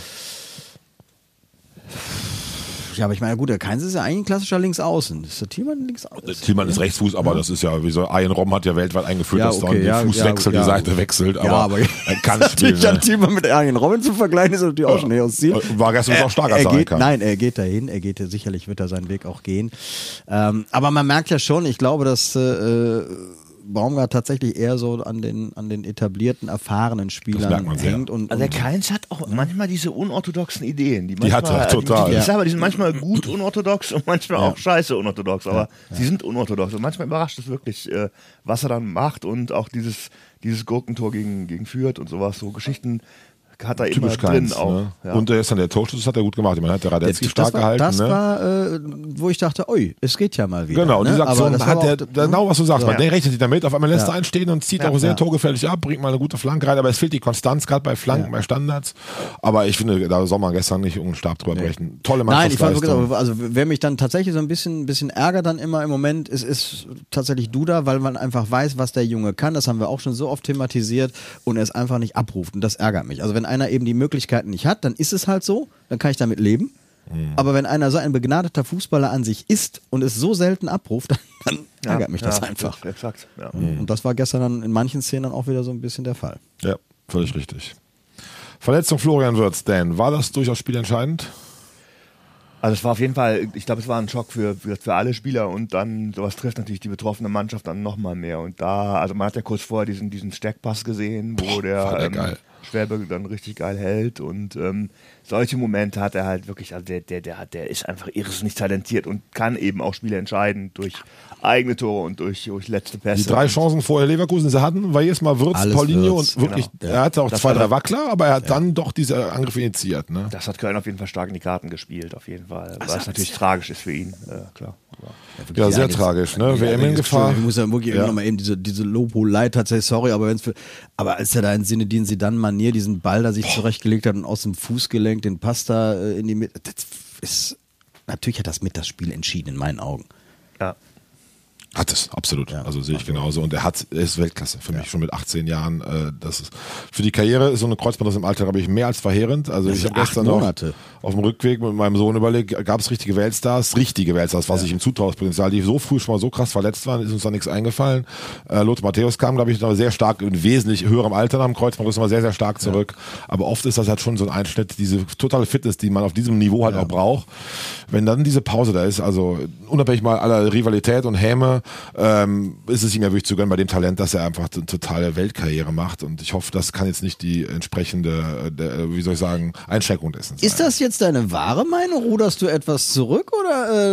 ja, aber ich meine, gut, der Keins ist ja eigentlich ein klassischer Linksaußen. Ist der Thielmann Linksaußen? Thielmann ist Rechtsfuß, aber das ist ja, wie so, Ian Robben hat ja weltweit eingeführt, Ja, dass okay, dann der ja, Fußwechsel ja, ja. die Seite wechselt, aber, Ja, aber er kann spielen. natürlich an Ne? Thielmann mit Arjen Robben zu vergleichen, ist natürlich auch schon her aus Ziel. War gestern auch stark, als er er geht, reinkam. Nein, er geht dahin, er geht, sicherlich wird er seinen Weg auch gehen. Ähm, aber man merkt ja schon, ich glaube, dass äh, Baumgart tatsächlich eher so an den, an den etablierten, erfahrenen merkt Spielern man sehr. hängt. Und, Also der und Keins hat auch manchmal diese unorthodoxen Ideen. Die, Die hat manchmal, er, total. Die, die, Ja. ich sag mal, die sind manchmal gut unorthodox und manchmal auch scheiße unorthodox, aber sie sind unorthodox. Und manchmal überrascht es wirklich, äh, was er dann macht und auch dieses, dieses Gurkentor gegen, gegen Fürth und sowas, so Geschichten hat er Typisch immer drin Keins. auch. Ne? Ja. Und der ist dann der Torschütze, das hat er gut gemacht. Ich meine, hat der Radetzky das stark war, gehalten. das ne? war, äh, wo ich dachte, ui, es geht ja mal wieder. Genau, ne? diese Aktion Aber das hat war der, auch- genau was du sagst, Ja. man der rechnet sich damit, auf einmal lässt Ja. er einen stehen und zieht Ja. auch sehr Ja. torgefährlich ab, bringt mal eine gute Flanke rein, aber es fehlt die Konstanz, gerade bei Flanken, Ja. bei Standards. Aber ich finde, da soll man gestern nicht irgendeinen Stab drüber brechen. Tolle Nein, ich fand Mannschaftsleistung. wirklich, also wer mich dann tatsächlich so ein bisschen, bisschen ärgert dann immer im Moment, ist, ist tatsächlich Duda, weil man einfach weiß, was der Junge kann. Das haben wir auch schon so oft thematisiert und er es einfach nicht abruft und das ärgert mich. Also wenn einer eben die Möglichkeiten nicht hat, dann ist es halt so, dann kann ich damit leben. Mhm. Aber wenn einer so ein begnadeter Fußballer an sich ist und es so selten abruft, dann, dann Ja, ärgert mich das ja, einfach. Exakt, ja. Und das war gestern dann in manchen Szenen dann auch wieder so ein bisschen der Fall. Ja, völlig richtig. Verletzung Florian Wirtz, Dan, war das durchaus spielentscheidend? Also es war auf jeden Fall, ich glaube, es war ein Schock für, für, für alle Spieler und dann, sowas trifft natürlich die betroffene Mannschaft dann nochmal mehr. Und da, also man hat ja kurz vorher diesen, diesen Steckpass gesehen, wo war der, der ähm, geil. Schwäbe dann richtig geil hält und ähm, solche Momente hat er halt wirklich, also der, der, der, hat, der ist einfach irrsinnig talentiert und kann eben auch Spiele entscheiden durch eigene Tore und durch, durch letzte Pässe. Die drei Chancen vorher Leverkusen, die sie hatten, war jedes Mal Wirtz, Alles Paulinho Wirtz, und wirklich, genau. er hatte auch Das zwei, war drei der- Wackler, aber er hat dann doch diese Angriffe initiiert. Ne? Das hat Köln auf jeden Fall stark in die Karten gespielt, auf jeden Fall. Was natürlich tragisch ist für ihn, äh, klar. Ja. Ja, sehr tragisch, ne? W M in Gefahr. Ich muss ja wirklich Ja. ja. nochmal eben diese, diese Lobhudelei tatsächlich, sorry, aber wenn's für, aber als er da in Sinne, den sie dann Manier diesen Ball da sich zurechtgelegt hat und aus dem Fußgelenk den Pass da äh, in die Mitte, das ist, natürlich hat das mit das Spiel entschieden, in meinen Augen. Ja. Hat es, absolut. Ja. Also sehe ich genauso. Und er hat, er ist Weltklasse für mich schon mit achtzehn Jahren. Äh, das ist für die Karriere ist so eine Kreuzbandriss im Alter, glaube ich, mehr als verheerend. Also Das ich sind habe gestern acht noch Monate. auf dem Rückweg mit meinem Sohn überlegt, gab es richtige Weltstars, richtige Weltstars, was ich ihm zutraue, das Potenzial, die so früh schon mal so krass verletzt waren, ist uns da nichts eingefallen. Äh, Lothar Matthäus kam, glaube ich, noch sehr stark, in wesentlich höherem Alter nach dem Kreuzbandriss, immer sehr, sehr stark zurück. Aber oft ist das halt schon so ein Einschnitt, diese totale Fitness, die man auf diesem Niveau halt auch braucht. Wenn dann diese Pause da ist, also unabhängig mal aller Rivalität und Häme, ähm, ist es ihm ja wirklich zu gönnen bei dem Talent, dass er einfach eine totale Weltkarriere macht. Und ich hoffe, das kann jetzt nicht die entsprechende, äh, der, wie soll ich sagen, Einschränkung dessen sein. Ist das jetzt deine wahre Meinung? Ruderst du etwas zurück oder? Äh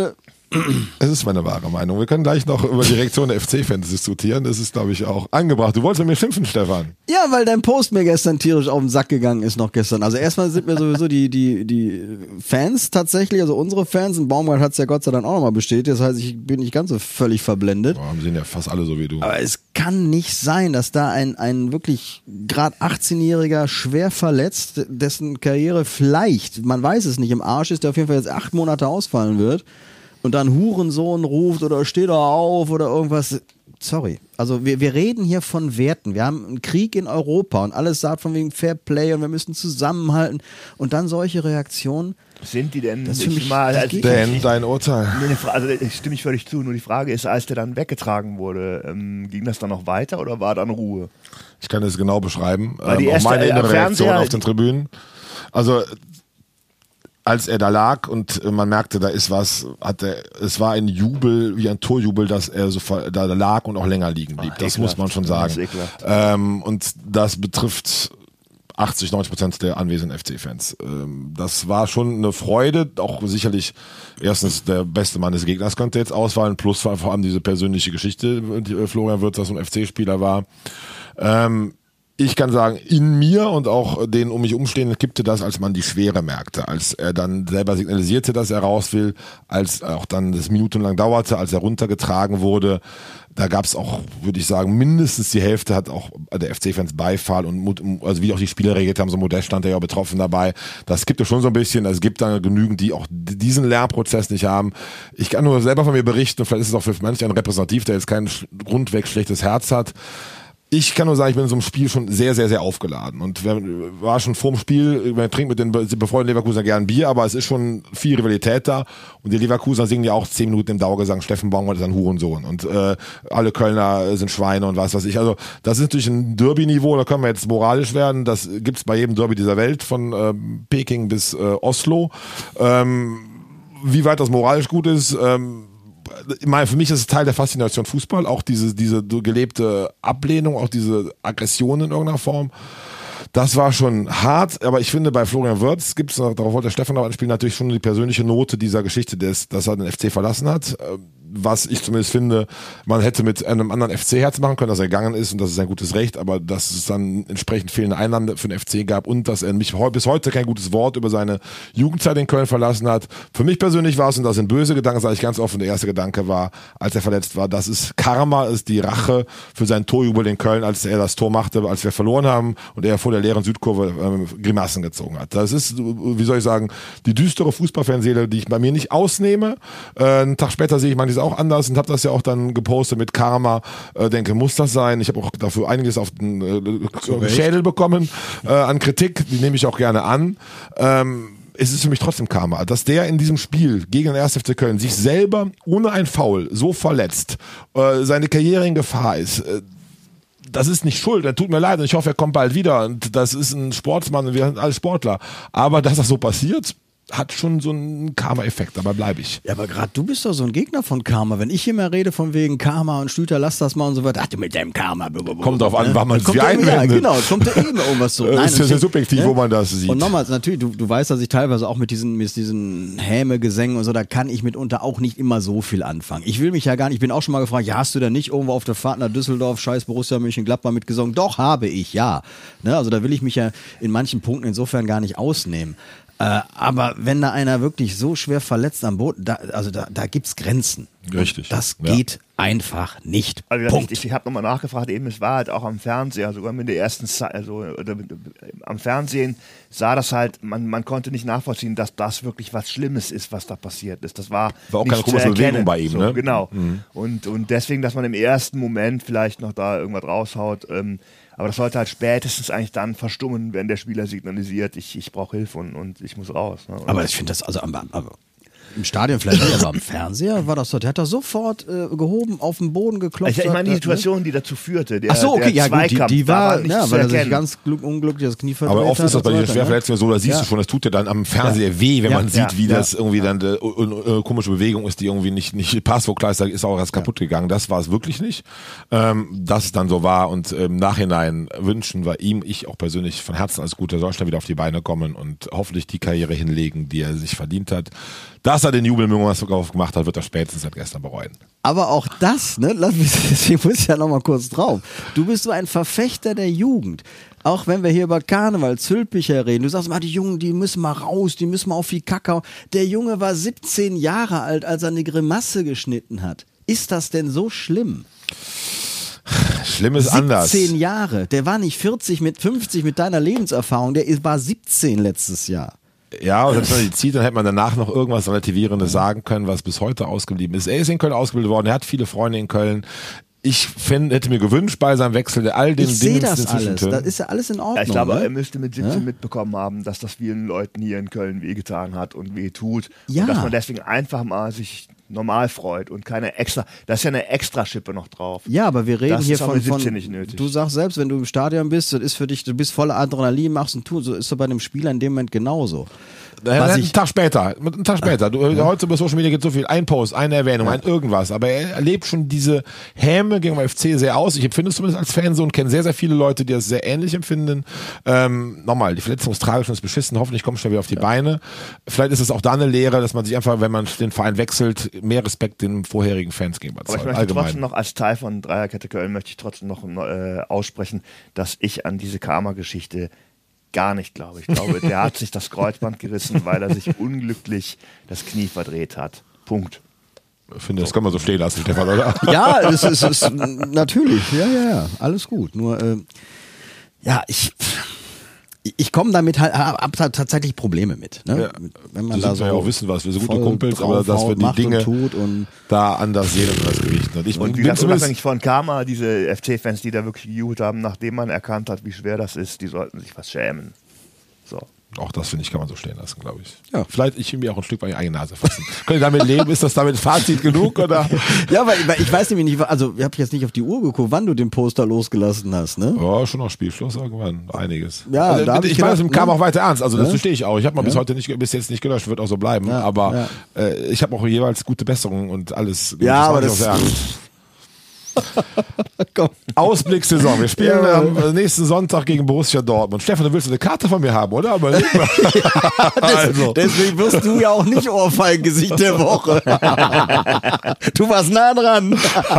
Es ist meine wahre Meinung. Wir können gleich noch über die Reaktion der F C-Fans diskutieren. Das ist, glaube ich, auch angebracht. Du wolltest mit mir schimpfen, Stefan. Ja, weil dein Post mir gestern tierisch auf den Sack gegangen ist, noch gestern. Also erstmal sind mir sowieso die, die, die Fans tatsächlich, also unsere Fans, und Baumgart hat es ja Gott sei Dank auch nochmal bestätigt, das heißt, ich bin nicht ganz so völlig verblendet. Boah, sind ja fast alle so wie du. Aber es kann nicht sein, dass da ein, ein wirklich gerade achtzehnjähriger schwer verletzt, dessen Karriere vielleicht, man weiß es nicht, im Arsch ist, der auf jeden Fall jetzt acht Monate ausfallen wird, und dann Hurensohn ruft oder steh doch auf oder irgendwas. Sorry. Also wir, wir reden hier von Werten. Wir haben einen Krieg in Europa und alles sagt von wegen Fair Play und wir müssen zusammenhalten. Und dann solche Reaktionen. Sind die denn Das nicht mich, mal... das Also, geht Dan, dein Urteil. nee, also ich stimme ich völlig zu, nur die Frage ist, als der dann weggetragen wurde, ähm, ging das dann noch weiter oder war dann Ruhe? Ich kann es genau beschreiben. Weil die Ähm, auch erste, meine äh, innere Reaktion Fernseher- auf den Tribünen. Also als er da lag und äh, man merkte, da ist was, hat er, es war ein Jubel, wie ein Torjubel, dass er so ver- da lag und auch länger liegen blieb. Ach, das ekelhaft. muss man schon sagen. Das ist ekelhaft. Ähm, und das betrifft achtzig, neunzig Prozent der anwesenden F C-Fans. Ähm, das war schon eine Freude, auch sicherlich erstens der beste Mann des Gegners könnte jetzt ausfallen, plus vor allem diese persönliche Geschichte, die äh, Florian Wirtz, dass so ein F C-Spieler war. Ähm, Ich kann sagen, in mir und auch den um mich umstehenden kippte das, als man die Schwere merkte, als er dann selber signalisierte, dass er raus will, als auch dann das minutenlang dauerte, als er runtergetragen wurde. Da gab es auch, würde ich sagen, mindestens die Hälfte hat auch der F C-Fans Beifall und Mut, also wie auch die Spieler reagiert haben, so Modest stand ja betroffen dabei. Das gibt es schon so ein bisschen. Es gibt dann genügend, die auch diesen Lernprozess nicht haben. Ich kann nur selber von mir berichten, und vielleicht ist es auch für manche ein Repräsentativ, der jetzt kein grundweg schlechtes Herz hat. Ich kann nur sagen, ich bin in so einem Spiel schon sehr, sehr, sehr aufgeladen und war schon vorm Spiel, man trinkt mit den befreundeten Leverkusener gern Bier, aber es ist schon viel Rivalität da und die Leverkusener singen ja auch zehn Minuten im Dauergesang, Steffen Baumgart ist ein Hurensohn und äh, alle Kölner sind Schweine und was weiß ich. Also das ist natürlich ein Derby-Niveau, da können wir jetzt moralisch werden, das gibt's bei jedem Derby dieser Welt, von äh, Peking bis äh, Oslo. Ähm, wie weit das moralisch gut ist, ähm, ich meine, für mich ist es Teil der Faszination Fußball, auch diese, diese gelebte Ablehnung, auch diese Aggression in irgendeiner Form. Das war schon hart, aber ich finde, bei Florian Wirtz gibt es, darauf wollte der Stefan noch anspielen, natürlich schon die persönliche Note dieser Geschichte, des, dass er den F C verlassen hat. Was ich zumindest finde, man hätte mit einem anderen F C-Herz machen können, dass er gegangen ist und das ist ein gutes Recht, aber dass es dann entsprechend fehlende Einnahmen für den F C gab und dass er mich bis heute kein gutes Wort über seine Jugendzeit in Köln verlassen hat. Für mich persönlich war es, und das sind böse Gedanken, sage ich ganz offen, der erste Gedanke war, als er verletzt war, das ist Karma, ist die Rache für seinen Torjubel in Köln, als er das Tor machte, als wir verloren haben und er vor der leeren Südkurve ähm, Grimassen gezogen hat. Das ist, wie soll ich sagen, die düstere Fußballfanseele, die ich bei mir nicht ausnehme. Äh, einen Tag später sehe ich manches auch anders und habe das ja auch dann gepostet mit Karma. Äh, denke, muss das sein? Ich habe auch dafür einiges auf den äh, Schädel bekommen äh, an Kritik, die nehme ich auch gerne an. Ähm, es ist für mich trotzdem Karma, dass der in diesem Spiel gegen den ersten F C Köln sich selber ohne ein Foul so verletzt, äh, seine Karriere in Gefahr ist. Äh, Das ist nicht schuld, er tut mir leid und ich hoffe, er kommt bald wieder und das ist ein Sportsmann und wir sind alle Sportler. Aber dass das so passiert, hat schon so einen Karma-Effekt, dabei bleibe ich. Ja, aber gerade du bist doch so ein Gegner von Karma. Wenn ich hier mal rede von wegen Karma und Stüter, lass das mal und so weiter. Ach du mit deinem Karma. Kommt drauf an, wann man es kommt wie da- einwendet. Ja, genau, kommt da eben irgendwas so. Das ist ja und sehr ich- subjektiv, wo man das sieht. Und nochmal, natürlich, du, du weißt, dass ich teilweise auch mit diesen, mit diesen Häme-Gesängen und so, da kann ich mitunter auch nicht immer so viel anfangen. Ich will mich ja gar nicht, ich bin auch schon mal gefragt, ja, hast du da nicht irgendwo auf der Fahrt nach Düsseldorf, scheiß Borussia Mönchengladbach mitgesungen? Doch, habe ich, ja. Ne, also da will ich mich ja in manchen Punkten insofern gar nicht ausnehmen. Äh, aber wenn da einer wirklich so schwer verletzt am Boden, da, also da, da gibt's Grenzen. Richtig. Das Ja. geht einfach nicht. Also wie Punkt. gesagt, ich, ich habe nochmal nachgefragt, eben es war halt auch am Fernseher, sogar mit der ersten Ze- also oder, mit- am Fernsehen sah das halt, man, man konnte nicht nachvollziehen, dass das wirklich was Schlimmes ist, was da passiert ist. Das war, War auch nicht keine zu komische erkennen. Bewegung bei ihm, so, ne? Genau. Und, und deswegen, dass man im ersten Moment vielleicht noch da irgendwas raushaut, ähm, aber das sollte halt spätestens eigentlich dann verstummen, wenn der Spieler signalisiert, ich, ich brauche Hilfe und, und ich muss raus. Ne? Und Aber ich finde das, also am, am, im Stadion vielleicht nicht, aber am Fernseher war das so. Der hat da sofort äh, gehoben, auf den Boden geklopft. ich, ich meine die sagt, ne? Situation, die dazu führte, der, Ach so, okay, der ja gut, die, Zweikampf, die da war, nicht ja, zu weil er sich erkennen. ganz glück, unglücklich das Knie verdreht Aber oft hat ist das und bei so den weiter, Schwerverletzungen so, da siehst Ja. du schon, das tut dir dann am Fernseher Ja. weh, wenn Ja, man sieht, ja, wie ja. das irgendwie dann äh, äh, äh, komische Bewegung ist, die irgendwie nicht, nicht passt, wo klar ist, da ist auch was kaputt gegangen. Das war es wirklich nicht. Ähm, dass es dann so war und im Nachhinein wünschen wir ihm, ich auch persönlich von Herzen alles Gute, er soll schnell wieder auf die Beine kommen und hoffentlich die Karriere hinlegen, die er sich verdient hat. Das dass er den Jubel im Jüngersverkauf gemacht hat, wird er spätestens seit gestern bereuen. Aber auch das, ne, lass mich, ich muss ja noch mal kurz drauf. Du bist so ein Verfechter der Jugend. Auch wenn wir hier über Karneval, Zülpicher reden, du sagst mal, die Jungen, die müssen mal raus, die müssen mal auf die Kakao. Der Junge war siebzehn Jahre alt, als er eine Grimasse geschnitten hat. Ist das denn so schlimm? Schlimm ist anders. siebzehn Jahre, der war nicht vierzig mit fünfzig mit deiner Lebenserfahrung, der war siebzehn letztes Jahr. Ja, und wenn man die zieht, dann hätte man danach noch irgendwas Relativierendes sagen können, was bis heute ausgeblieben ist. Er ist in Köln ausgebildet worden, er hat viele Freunde in Köln. Ich fänd, hätte mir gewünscht bei seinem Wechsel all den ich Dingen. Ich sehe das alles, das ist ja alles in Ordnung. Ja, ich glaube, ne? er müsste mit siebzehn ja? mitbekommen haben, dass das vielen Leuten hier in Köln wehgetan hat und weh tut. Ja. Und dass man deswegen einfach mal sich normal freut und keine extra, da ist ja eine extra Schippe noch drauf. Ja, aber wir reden das hier ist von, mit siebzehn von nicht nötig. Du sagst selbst, wenn du im Stadion bist, das ist für dich, du bist voller Adrenalin, machst und tust, so ist so bei einem Spieler in dem Moment genauso. Was einen Tag später, einen Tag später. Du, ja. Heute bei Social Media geht so viel, ein Post, eine Erwähnung, ja. ein irgendwas. Aber er erlebt schon diese Häme gegen den F C sehr aus. Ich empfinde es zumindest als Fan so und kenne sehr, sehr viele Leute, die das sehr ähnlich empfinden. Ähm, nochmal, die Verletzung ist tragisch und ist beschissen. Hoffentlich kommt schnell wieder auf die ja. Beine. Vielleicht ist es auch da eine Lehre, dass man sich einfach, wenn man den Verein wechselt, mehr Respekt den vorherigen Fans gegenüber zeigt. Aber ich möchte allgemein. trotzdem noch als Teil von Dreierkette Köln möchte ich trotzdem noch äh, aussprechen, dass ich an diese Karma-Geschichte gar nicht glaube. Ich glaube, der hat sich das Kreuzband gerissen, weil er sich unglücklich das Knie verdreht hat. Punkt. Ich finde, das kann man so stehen lassen, Stefan, oder? Ja, das ist, ist, ist natürlich. Ja, ja, ja. Alles gut. Nur, äh, ja, ich, ich komme damit halt, hab da tatsächlich Probleme mit. Ne? Ja, wenn man da so ja auch wissen, was wir so gute Kumpels, aber dass wir die Dinge und und da anders sehen und das Gewicht. Und ich und wie gesagt, unabhängig von Karma, diese F C-Fans, die da wirklich gejubelt haben, nachdem man erkannt hat, wie schwer das ist, die sollten sich was schämen. So. Auch das, finde ich, kann man so stehen lassen, glaube ich. Ja. Vielleicht, ich will mir auch ein Stück bei die eigene Nase fassen. Könnt ihr damit leben? Ist das damit Fazit genug? Oder? Ja, weil, weil ich weiß nämlich nicht, also ich habe jetzt nicht auf die Uhr geguckt, wann du den Poster losgelassen hast, ne? Ja, schon noch Spielschluss irgendwann, einiges. Ja, also, da hab ich, ich meine, das gedacht, kam ne? auch weiter ernst, also das ja? verstehe ich auch. Ich habe mal ja? bis heute nicht, bis jetzt nicht gelöscht, wird auch so bleiben, ja, aber ja. äh, ich habe auch jeweils gute Besserungen und alles. Ja, das aber das... ernst. Ausblickssaison. Wir spielen ja. am nächsten Sonntag gegen Borussia Dortmund. Stefan, du willst eine Karte von mir haben, oder? Aber nicht mal. also. Deswegen wirst du ja auch nicht Ohrfeigengesicht der Woche. Du warst nah dran.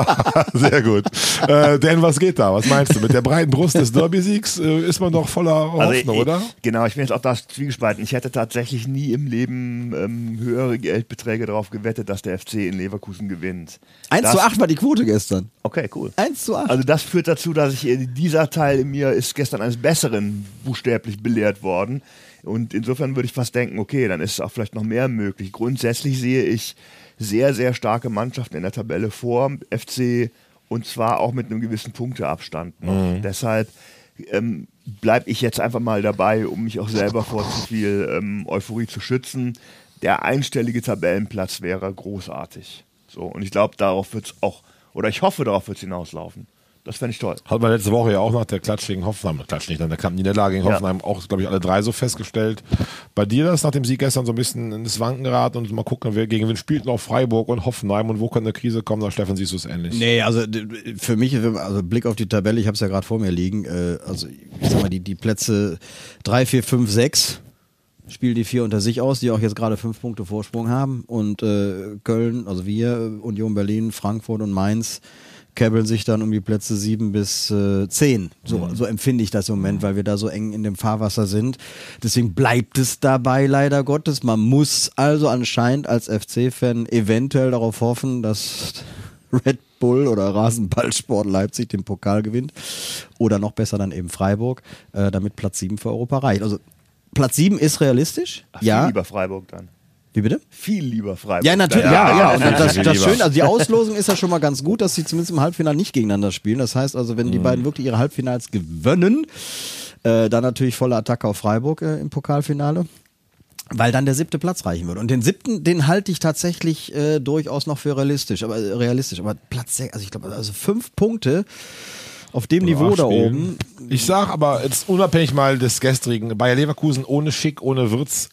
Sehr gut. Äh, denn was geht da? Was meinst du? Mit der breiten Brust des Derby-Siegs äh, ist man doch voller Hoffnung, also ich, oder? Genau, ich bin jetzt auch da zwiegespalten. Ich hätte tatsächlich nie im Leben ähm, höhere Geldbeträge darauf gewettet, dass der F C in Leverkusen gewinnt. eins zu acht war die Quote gestern. Okay, cool. eins zu acht. Also das führt dazu, dass ich, dieser Teil in mir ist gestern eines Besseren buchstäblich belehrt worden. Und insofern würde ich fast denken, okay, dann ist auch vielleicht noch mehr möglich. Grundsätzlich sehe ich sehr, sehr starke Mannschaften in der Tabelle vor F C und zwar auch mit einem gewissen Punkteabstand noch. Mhm. Deshalb ähm, bleibe ich jetzt einfach mal dabei, um mich auch selber vor zu viel ähm, Euphorie zu schützen. Der einstellige Tabellenplatz wäre großartig. So, und ich glaube, darauf wird es auch Oder ich hoffe, darauf wird es hinauslaufen. Das fände ich toll. Hat man letzte Woche ja auch nach der Klatsch gegen Hoffenheim, Klatsch nicht, nach der Kampfniederlage gegen ja. Hoffenheim auch, glaube ich, alle drei so festgestellt. Bei dir das nach dem Sieg gestern so ein bisschen ins Wanken geraten und mal gucken, wer gegen wen spielt noch Freiburg und Hoffenheim und wo kann eine Krise kommen? Da, Stefan, siehst du es ähnlich? Nee, also für mich, also Blick auf die Tabelle, ich habe es ja gerade vor mir liegen, äh, also ich sag mal, die, die Plätze drei, vier, fünf, sechs spielen die vier unter sich aus, die auch jetzt gerade fünf Punkte Vorsprung haben und äh, Köln, also wir, Union Berlin, Frankfurt und Mainz käbbeln sich dann um die Plätze sieben bis zehn. So, mhm. so empfinde ich das im Moment, weil wir da so eng in dem Fahrwasser sind. Deswegen bleibt es dabei, leider Gottes. Man muss also anscheinend als F C-Fan eventuell darauf hoffen, dass Red Bull oder Rasenballsport Leipzig den Pokal gewinnt. Oder noch besser dann eben Freiburg, äh, damit Platz sieben für Europa reicht. Also Platz sieben ist realistisch. Ach, ja. Lieber Freiburg dann. Wie bitte? Viel lieber Freiburg. Ja, natürlich. Ja, ja. ja. Und ja, das, ja, das Schöne, also die Auslosung ist ja schon mal ganz gut, dass sie zumindest im Halbfinale nicht gegeneinander spielen. Das heißt also, wenn die mhm. beiden wirklich ihre Halbfinals gewinnen, äh, dann natürlich volle Attacke auf Freiburg äh, im Pokalfinale, weil dann der siebte Platz reichen würde. Und den siebten, den halte ich tatsächlich äh, durchaus noch für realistisch. Aber äh, realistisch. Aber Platz sechs, also ich glaube, also fünf Punkte auf dem Oder Niveau da spielen. oben. Ich sag aber jetzt unabhängig mal des gestrigen, Bayer Leverkusen ohne Schick, ohne Wirtz,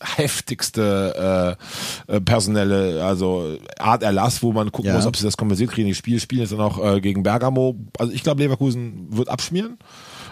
heftigste äh, äh, personelle, also Art Erlass, wo man gucken ja. muss, ob sie das kompensiert kriegen. Die Spiele spielen jetzt dann auch äh, gegen Bergamo. Also ich glaube, Leverkusen wird abschmieren.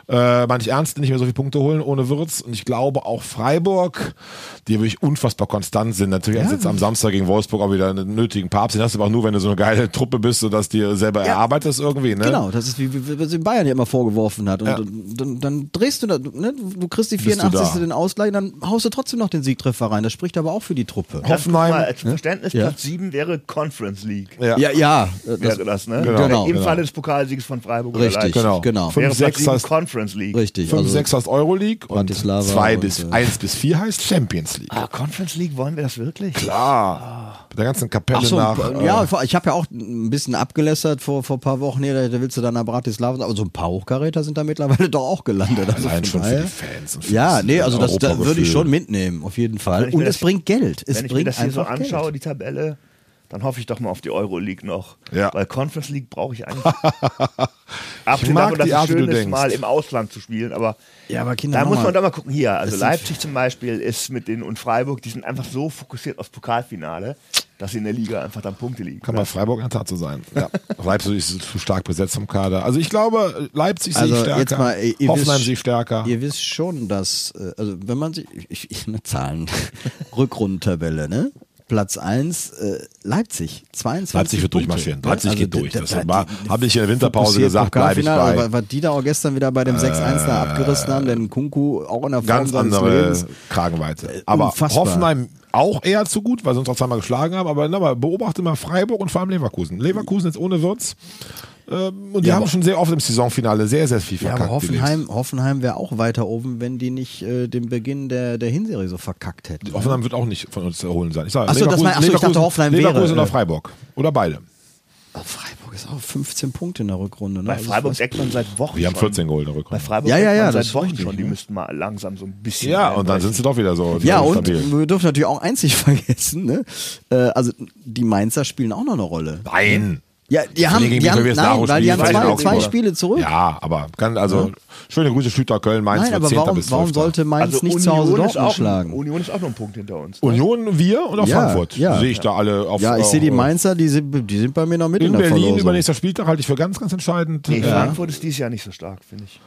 äh, manch ernst nicht mehr so viele Punkte holen ohne Wirtz. Und ich glaube auch Freiburg, die wirklich unfassbar konstant sind. Natürlich ja. jetzt am Samstag gegen Wolfsburg auch wieder einen nötigen Papst. Den hast du aber auch nur, wenn du so eine geile Truppe bist, sodass dir selber ja. erarbeitest irgendwie. Ne? Genau, das ist wie, wie, wie es in Bayern ja immer vorgeworfen hat. Und Ja. dann, dann drehst du, da, ne? du kriegst die vierundachtzigste den Ausgleich, dann haust du trotzdem noch den Siegtreffer rein. Das spricht aber auch für die Truppe. Hoffenheim. Mal, zum Verständnis, Ja. Platz sieben wäre Conference League. Ja. Ja, ja. Das, Wäre das, ne? Genau. Genau, Im genau. Falle des Pokalsieges von Freiburg oder richtig, Leipzig. Genau. genau. Fünf, Wäre Platz sechs sieben heißt- Conference League. Richtig. fünf, also, sechs heißt Euroleague und Bratislava zwei und, bis äh, eins bis vier heißt Champions League. Ah, Conference League, wollen wir das wirklich? Klar. Mit der ganzen Kapelle Ach so, nach. äh, ja, ich habe ja auch ein bisschen abgelästert vor, vor ein paar Wochen hier, da, da willst du dann nach Bratislava, aber so ein paar Hochkaräter sind da mittlerweile doch auch gelandet. Also Allein von schon für daher- die Fans. Und für Ja, das nee, also das, da Europagefühl. würde ich schon mitnehmen, auf jeden Fall. Wenn ich Und mir es das- bringt Geld. Es Wenn ich mir bringt das hier so einfach anschaue, Geld. die Tabelle, dann hoffe ich doch mal auf die Euroleague noch. Ja. Weil Conference League brauche ich eigentlich. Abgesehen mag davon, dass die es Art, wie schön du ist, denkst. mal im Ausland zu spielen, aber Ja, aber Kinder, da muss nochmal. man doch mal gucken. Hier, also Das sind- Leipzig zum Beispiel ist mit den und Freiburg, die sind einfach so fokussiert aufs Pokalfinale, dass sie in der Liga einfach dann Punkte liegen. Kann bei Freiburg in der Tat so sein. Ja. Leipzig ist zu stark besetzt vom Kader. Also ich glaube, Leipzig sehe ich Also stärker. jetzt mal, ihr- ihr Hoffenheim wisst- sehe ich stärker. Ihr wisst schon, dass, äh, also wenn man sich, ich, ich, ne, Zahlen, Rückrundentabelle, ne? Platz eins, äh, Leipzig, zweiundzwanzig Leipzig wird Punkte. durchmarschieren. Ne? Leipzig Also, geht durch. da- Das da- war- die- habe ich in der Winterpause fokussiert gesagt, bleibe ich Pokalfinale, bei. aber Was die da auch gestern wieder bei dem sechs eins da abgerissen haben, denn Kunku auch in der Form Ganz seines andere Lebens. Kragenweite. Aber unfassbar. Hoffenheim auch eher zu gut, weil sie uns auch zweimal geschlagen haben. Aber, na, aber beobachte mal Freiburg und vor allem Leverkusen. Leverkusen jetzt ohne Wirtz. Ähm, und die Ja, haben aber- schon sehr oft im Saisonfinale sehr, sehr viel Ja, verkackt. aber die Jungs. Hoffenheim, Hoffenheim wäre auch weiter oben, wenn die nicht äh, den Beginn der, der Hinserie so verkackt hätten. Hoffenheim wird auch nicht von uns zu erholen sein. Ich sage, Ach so, das mein- ach so, ich dachte, Hoffenheim wäre, Leverkusen äh, oder Freiburg. Oder beide. Oh, Freiburg ist auch fünfzehn Punkte in der Rückrunde. Ne? Bei Also Freiburg was- deckt man seit Wochen Die haben schon. vierzehn Goal in der Bei Rückrunde. Freiburg Ja, ja, deckt ja, man das seit ist Wochen richtig, schon. Die ne? müssten mal langsam so ein bisschen. Ja, und dann einbrechen. sind sie doch wieder so. Ja, so und stabil. wir dürfen natürlich auch eins nicht vergessen, ne? Äh, also die Mainzer spielen auch noch eine Rolle. Nein. Ja, die haben, gegen die die haben, können wir jetzt nein, weil die haben nachholen, zwei, auch zwei nicht. Spiele zurück. Ja, aber kann, also schöne Grüße Schlüter, Köln, Mainz Nein, wird aber zehnter warum, bis warum zwölfter sollte Mainz Also nicht zu Hause Union ist, Dortmund auch ein, schlagen? Union ist auch noch ein Punkt hinter uns. Ne? Union, wir und auch Ja, Frankfurt. ja. Sehe ich da alle auf Ja, ich sehe die auf- Mainzer, die sind, die sind bei mir noch mit in, In der Berlin, Verlosung. übernächster Spieltag halte ich für ganz, ganz entscheidend. Nee, ja, Frankfurt ist dieses Jahr nicht so stark, finde ich.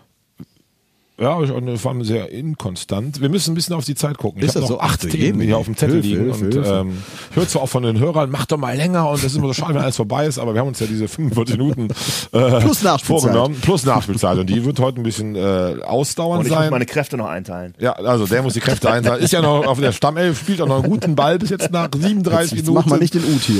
ja, ich auch eine- vor allem sehr inkonstant. Wir müssen ein bisschen auf die Zeit gucken. Ich Ist habe das noch so? Ach, acht du Themen Jemine. hier auf dem Zettel Hilfe, liegen. Hilfe, und Hilfe. ähm, ich höre zwar auch von den Hörern, mach doch mal länger und das ist immer so schade, wenn alles vorbei ist, aber wir haben uns ja diese fünfundvierzig Minuten äh, Plus Nachspielzeit. vorgenommen. Plus Nachspielzeit. Und die wird heute ein bisschen äh, ausdauernd Und ich muss sein. meine Kräfte noch einteilen. Ja, also der muss die Kräfte einteilen. Ist ja noch auf der Stammelf, spielt auch noch einen guten Ball bis jetzt nach siebenunddreißig Jetzt Minuten. mach mal nicht den Ut hier.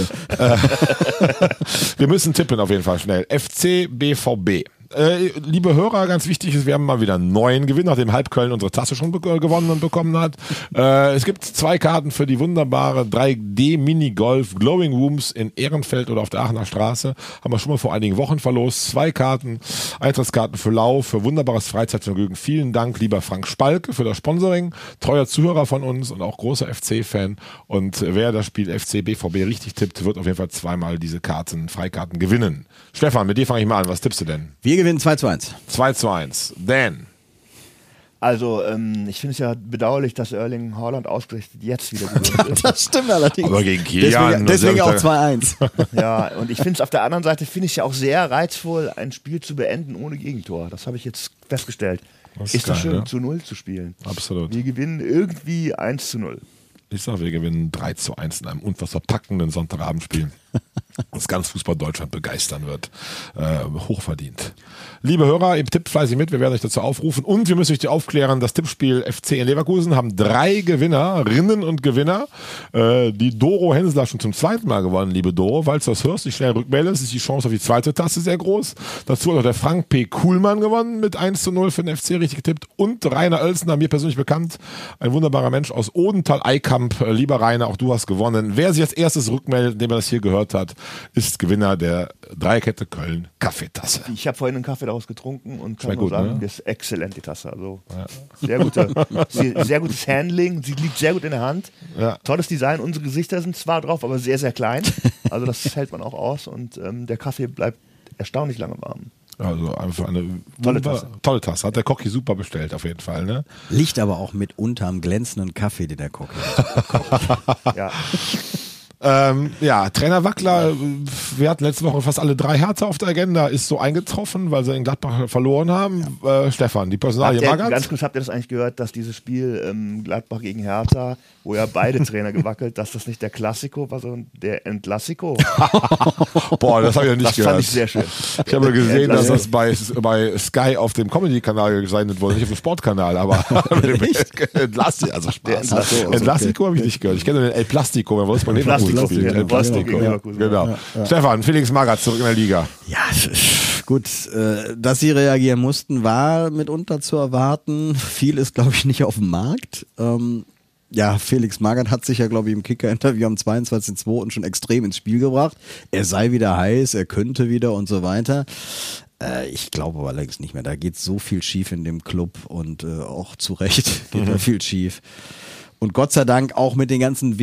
Wir müssen tippen auf jeden Fall schnell. F C B V B. Äh, liebe Hörer, ganz wichtig ist, wir haben mal wieder einen neuen Gewinn, nachdem halb Köln unsere Tasse schon be gewonnen und bekommen hat. Äh, es gibt zwei Karten für die wunderbare drei D Mini Golf Glowing Rooms in Ehrenfeld oder auf der Aachener Straße. Haben wir schon mal vor einigen Wochen verlost. Zwei Karten, Eintrittskarten für Lau, für wunderbares Freizeitvergnügen. Vielen Dank, lieber Frank Spalke, für das Sponsoring. Treuer Zuhörer von uns und auch großer F C-Fan. Und wer das Spiel F C B V B richtig tippt, wird auf jeden Fall zweimal diese Karten, Freikarten gewinnen. Stefan, mit dir fange ich mal an. Was tippst du denn? Wir gewinnen zwei zu eins. zwei zu eins. Dan. Also, ähm, ich finde es ja bedauerlich, dass Erling Haaland ausgerechnet jetzt wieder gewinnt ist. Das stimmt allerdings. Aber gegen Kilian, Deswegen, das deswegen hab ich auch da- zwei eins. Ja, und ich finde es auf der anderen Seite, finde ich ja auch sehr reizvoll, ein Spiel zu beenden ohne Gegentor. Das habe ich jetzt festgestellt. Das ist ist doch geil, schön, ne? zu null zu spielen. Absolut. Wir gewinnen irgendwie eins zu null. Ich sage, wir gewinnen drei zu eins in einem unfassbar packenden Sonntagabendspiel, das ganz Fußball Deutschland begeistern wird. Äh, hochverdient. Liebe Hörer, ihr tippt fleißig mit, wir werden euch dazu aufrufen. Und wir müssen euch aufklären, das Tippspiel F C in Leverkusen haben drei Gewinnerinnen und Gewinner. Äh, die Doro Hensler schon zum zweiten Mal gewonnen, liebe Doro. Falls du das hörst, dich schnell rückmeldest, ist die Chance auf die zweite Tasse sehr groß. Dazu hat auch der Frank P. Kuhlmann gewonnen mit eins zu null für den F C, richtig getippt. Und Rainer Oelzner, mir persönlich bekannt, ein wunderbarer Mensch aus Odenthal-Eikamp. Lieber Rainer, auch du hast gewonnen. Wer sich als erstes rückmeldet, indem er das hier gehört hat, ist Gewinner der Dreikette Köln Kaffeetasse. Ich habe vorhin einen Kaffee daraus getrunken und kann Schmeckt nur gut, sagen, ne? das ist exzellent, die Tasse. Also sehr, gute, sehr, sehr gutes Handling, sie liegt sehr gut in der Hand. Ja. Tolles Design, unsere Gesichter sind zwar drauf, aber sehr, sehr klein. Also das hält man auch aus und ähm, der Kaffee bleibt erstaunlich lange warm. Also einfach eine Tolle wunder- Tasse. Tolle Tasse. Hat der Kochi super bestellt, auf jeden Fall. Ne? Liegt aber auch mitunter am glänzenden Kaffee, den der Koch hat. Ja. Ähm, ja, Trainer Wackler, wir hatten letzte Woche fast alle drei Hertha auf der Agenda, ist so eingetroffen, weil sie in Gladbach verloren haben. Ja. Äh, Stefan, die Personalie Magath? Ganz kurz, habt ihr das eigentlich gehört, dass dieses Spiel ähm, Gladbach gegen Hertha, wo ja beide Trainer gewackelt, dass das nicht der Klassiko war, sondern der Entlassiko? Boah, das habe ich ja nicht das gehört. Das fand ich sehr schön. Ich habe gesehen, dass das bei, bei Sky auf dem Comedy-Kanal gesendet wurde, nicht auf dem Sportkanal, aber Entlassiko, also Spaß. Entlassiko habe ich nicht gehört. Ich kenne nur den El Plastico, wenn Wolfsburg Leverkusen spielt. El Plastico. Ja, genau. Ja, ja. Stefan, Felix Magath zurück in der Liga. Ja, gut, äh, dass sie reagieren mussten, war mitunter zu erwarten. Viel ist, glaube ich, nicht auf dem Markt. Ähm, ja, Felix Magath hat sich ja, glaube ich, im Kicker-Interview am zweiundzwanzigsten zweiten schon extrem ins Spiel gebracht. Er sei wieder heiß, er könnte wieder und so weiter. Äh, ich glaube aber längst nicht mehr. Da geht so viel schief in dem Club und äh, auch zu Recht geht mhm. da viel schief. Und Gott sei Dank auch mit den ganzen